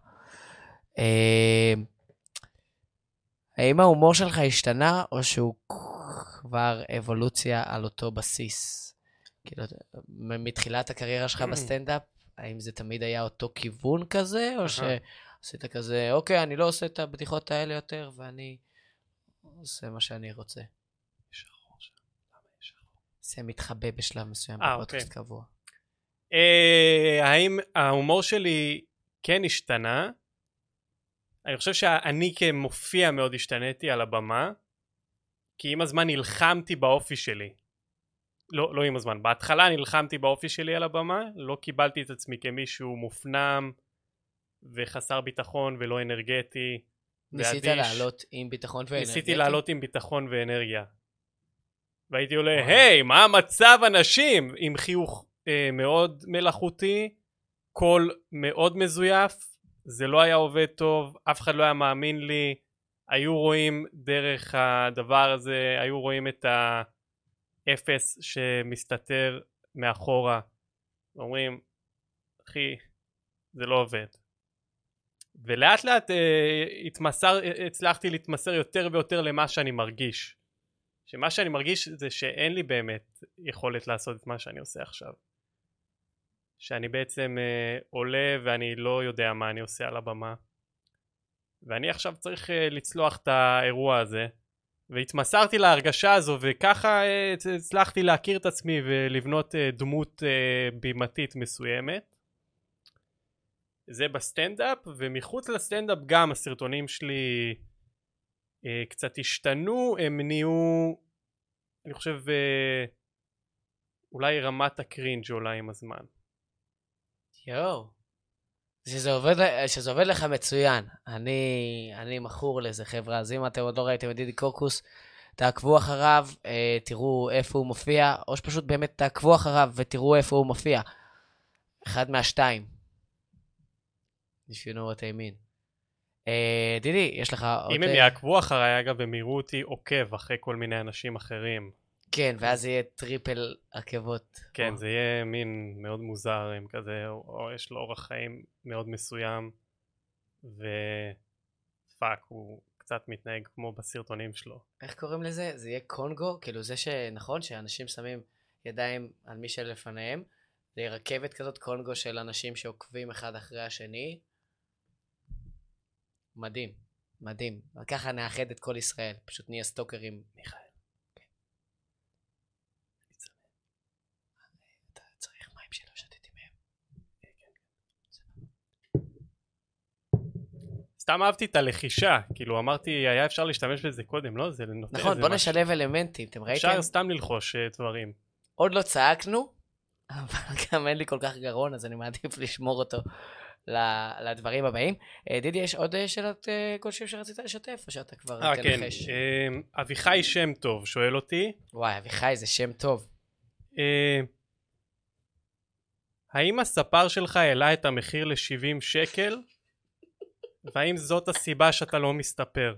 האם ההומור שלך השתנה, או שהוא כבר אבולוציה על אותו בסיס? כאילו, מתחילת הקריירה שלך בסטנדאפ, האם זה תמיד היה אותו כיוון כזה, או שעשית כזה, אוקיי, אני לא עושה את הבדיחות האלה יותר, ואני עושה מה שאני רוצה. יש אחור שם. למה יש אחור? זה מתחבא בשלב מסוים בפודקאסט קבוע. האם ההומור שלי כן השתנה? אני חושב שאני כמופיע מאוד השתניתי על הבמה, כי עם הזמן נלחמתי באופי שלי. לא עם הזמן, בהתחלה נלחמתי באופי שלי על הבמה, לא קיבלתי את עצמי כמישהו מופנם וחסר ביטחון ולא אנרגטי. ניסית לעלות עם ביטחון ואנרגיה? ניסיתי לעלות עם ביטחון ואנרגיה. והייתי עולה, היי, מה המצב אנשים? עם חיוך מאוד מלאכותי, קול מאוד מזויף, זה לא היה עובד טוב, אף אחד לא היה מאמין לי, היו רואים דרך הדבר הזה, היו רואים את האפס שמסתתר מאחורה, אומרים, אחי, זה לא עובד. ולאט לאט הצלחתי להתמסר יותר ויותר למה שאני מרגיש. שמה שאני מרגיש זה שאין לי באמת יכולת לעשות את מה שאני עושה עכשיו. שאני בעצם עולה ואני לא יודע מה אני עושה על הבמה. ואני עכשיו צריך לצלוח את האירוע הזה. והתמסרתי להרגשה הזו, וככה הצלחתי להכיר את עצמי ולבנות דמות בימתית מסוימת. זה בסטנדאפ, ומחוץ לסטנדאפ גם הסרטונים שלי קצת השתנו, הם נהיו, אני חושב, אולי רמת הקרינג' עולה עם הזמן. יואו. שזה עובד לך מצוין. אני מכור לזה, חבר'ה. אז אם אתם עוד לא ראיתם את דידי קוקוס, תעקבו אחריו, תראו איפה הוא מופיע, או שפשוט באמת תעקבו אחריו ותראו איפה הוא מופיע. אחד מהשתיים. If you know what I mean. דידי, יש לך עוד... אם הם יעקבו אחריי, אגב, הם יראו אותי עוקב אחרי כל מיני אנשים אחרים. כן, ואז יהיה טריפל עקבות. כן, זה יהיה מין מאוד מוזר, עם כזה, או יש לו אורח חיים מאוד מסוים, ופאק, הוא קצת מתנהג כמו בסרטונים שלו. איך קוראים לזה? זה יהיה קונגו? כאילו זה שנכון שאנשים שמים ידיים על מי שלפניהם, זה יהיה רכבת כזאת קונגו של אנשים שעוקבים אחד אחרי השני. מדהים, מדהים. וככה נאחד את כל ישראל, פשוט נהיה סטוקרים. מיכאל. אתה צריך מים שלא שתיתי מהם. סתם אהבתי את הלחישה, כאילו אמרתי היה אפשר להשתמש בזה קודם, לא? זה נותן נכון, בוא נשלב אלמנטים, אתם ראיתם? אפשר סתם ללחוש דברים. עוד לא צעקנו, אבל גם אין לי כל כך גרון, אז אני מעדיף לשמור אותו לדברים הבאים. דידי, יש עוד שאלות כלשהם שרצית לשתף, או שאתה כבר תנחש? כן, אביחי שם טוב שואל אותי. וואי, אביחי זה שם טוב. האם הספר שלך העלה את המחיר ל-70 שקל? והאם זאת הסיבה שאתה לא מסתפר?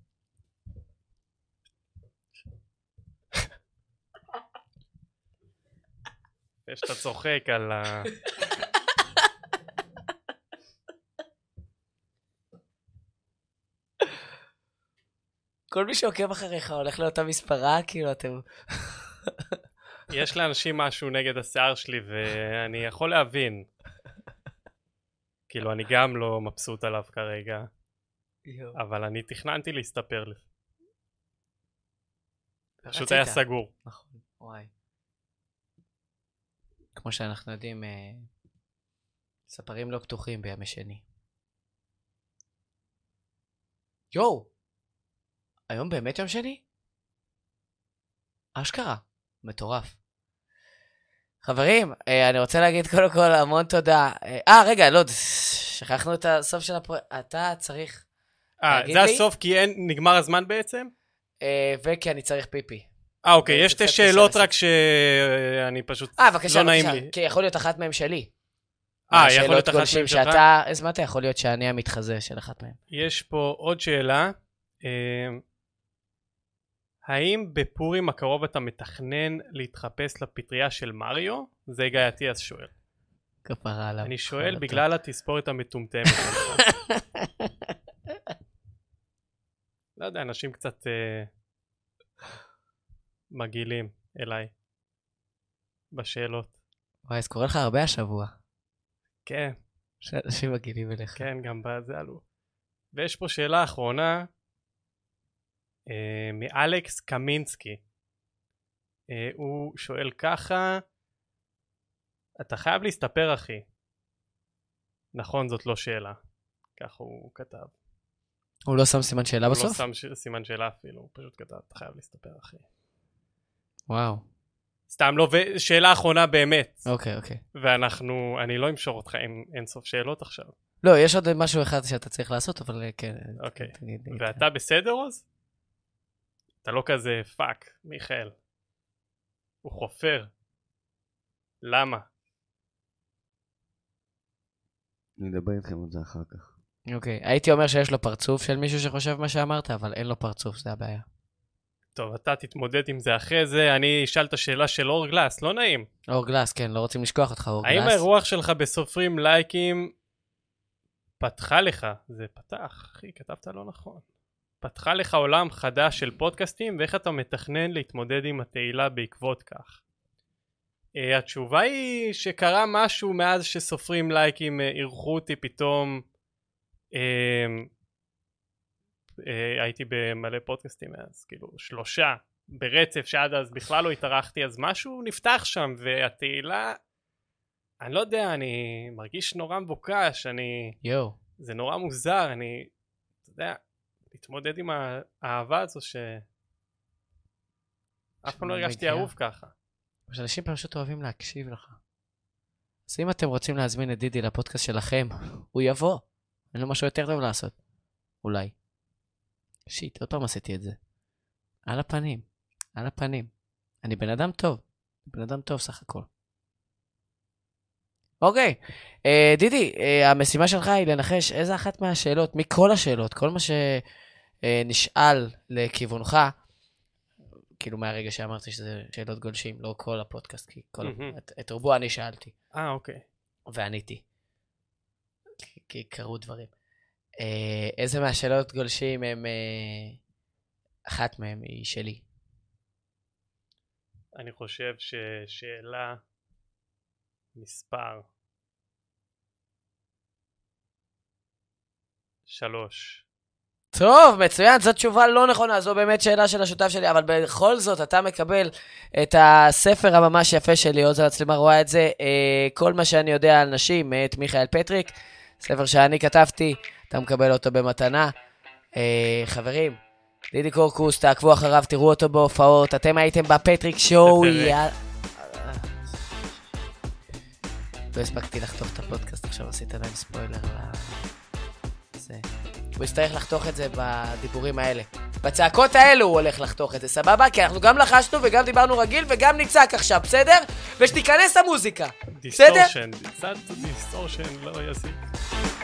שאתה צוחק על ה... כל מי שעוקב אחריך הולך לאותה מספרה, כאילו אתם... יש לאנשים משהו נגד השיער שלי ואני יכול להבין. כאילו אני גם לא מבסוט עליו כרגע. אבל אני תכננתי להסתפר לי. פשוט היה סגור. נכון, וואי. כמו שאנחנו יודעים, ספרים לא פתוחים בימי שני. יואו! היום באמת יום שני? אשכרה. מטורף. חברים, אני רוצה להגיד קודם כל המון תודה. רגע, לא, שכחנו את הסוף של הפרויקט. אתה צריך... זה הסוף כי נגמר הזמן בעצם? וכי אני צריך פיפי. אוקיי, יש שתי שאלות רק שאני פשוט לא נעים לי. כי יכול להיות אחת מהם שלי. יכול להיות אחת מהם שלך? אז מה אתה יכול להיות שאני המתחזה של אחת מהם? יש פה עוד שאלה. האם בפורים הקרוב אתה מתכנן להתחפש לפטריה של מריו? זה גיא אטיאס שואל. כפרה עליו. אני שואל בגלל התספורת המטומטמת שלך. לא יודע, אנשים קצת מגעילים אליי בשאלות. וואי, אז קורא לך הרבה השבוע. כן. שאנשים מגעילים אליך. כן, גם בזה עלו. ויש פה שאלה אחרונה. מאלכס קמינסקי. הוא שואל ככה, אתה חייב להסתפר אחי. נכון, זאת לא שאלה. כך הוא כתב. הוא לא שם סימן שאלה בסוף? הוא לא שם סימן שאלה אפילו, הוא פשוט כתב, אתה חייב להסתפר אחי. וואו. סתם לא, ושאלה אחרונה באמת. אוקיי. אני לא אמשור אותך עם אינסוף שאלות עכשיו. לא, יש עוד משהו אחד שאתה צריך לעשות, אבל כן. אוקיי. ואתה בסדר עוז? אתה לא כזה פאק, מיכאל. הוא חופר. למה? אני אדבר איתכם על זה אחר כך. אוקיי, הייתי אומר שיש לו פרצוף של מישהו שחושב מה שאמרת, אבל אין לו פרצוף, זה הבעיה. טוב, אתה תתמודד עם זה אחרי זה. אני אשאל את השאלה של אור גלס, לא נעים. אור גלס, כן, לא רוצים לשכוח אותך, אור גלס. האם הרוח שלך בסופרים לייקים פתחה לך? זה פתח, אחי, כתבת לא נכון. פתחה לך עולם חדש של פודקאסטים, ואיך אתה מתכנן להתמודד עם התהילה בעקבות כך? התשובה היא שקרה משהו מאז שסופרים לייקים, אירחו אותי פתאום, הייתי במלא פודקאסטים אז, כאילו 3 ברצף שעד אז בכלל לא התארחתי, אז משהו נפתח שם, והתהילה, אני לא יודע, אני מרגיש נורא מבוקש, זה נורא מוזר, אתה יודע, להתמודד עם האהבה הזו אף פעם לא הרגשתי אהוב ככה. אנשים פשוט אוהבים להקשיב לך. אז אם אתם רוצים להזמין את דידי לפודקאסט שלכם, הוא יבוא. אין לו משהו יותר טוב לעשות. אולי. שיט, עוד פעם עשיתי את זה. על הפנים. על הפנים. אני בן אדם טוב. בן אדם טוב סך הכל. אוקיי. דידי, המשימה שלך היא לנחש איזה אחת מהשאלות, מכל השאלות, כל מה שנשאל לכיוונך, כאילו מהרגע שאמרתי שזה שאלות גולשים, לא כל הפודקאסט, כי את רובו אני שאלתי. אוקיי. ועניתי. כי קרו דברים. איזה מהשאלות גולשים הם, אחת מהם היא שלי. אני חושב ששאלה מספר 3. טוב, מצוין, זאת תשובה לא נכונה, זו באמת שאלה של השותף שלי, אבל בכל זאת אתה מקבל את הספר הממש יפה שלי, עוז המצלמה רואה את זה, כל מה שאני יודע על נשים, מאת מיכאל פטריק, ספר שאני כתבתי, אתה מקבל אותו במתנה. חברים, דידי קורקוס, תעקבו אחריו, תראו אותו בהופעות, אתם הייתם בפטריק שואו, לא הספקתי לחתוך את הפודקאסט, עכשיו עשית להם ספוילר זה. הוא יצטרך לחתוך את זה בדיבורים האלה. בצעקות האלו הוא הולך לחתוך את זה, סבבה? כי אנחנו גם לחשנו וגם דיברנו רגיל וגם נצעק עכשיו, בסדר? ושתיכנס המוזיקה, בסדר? דיסטורשן, לא יזיק.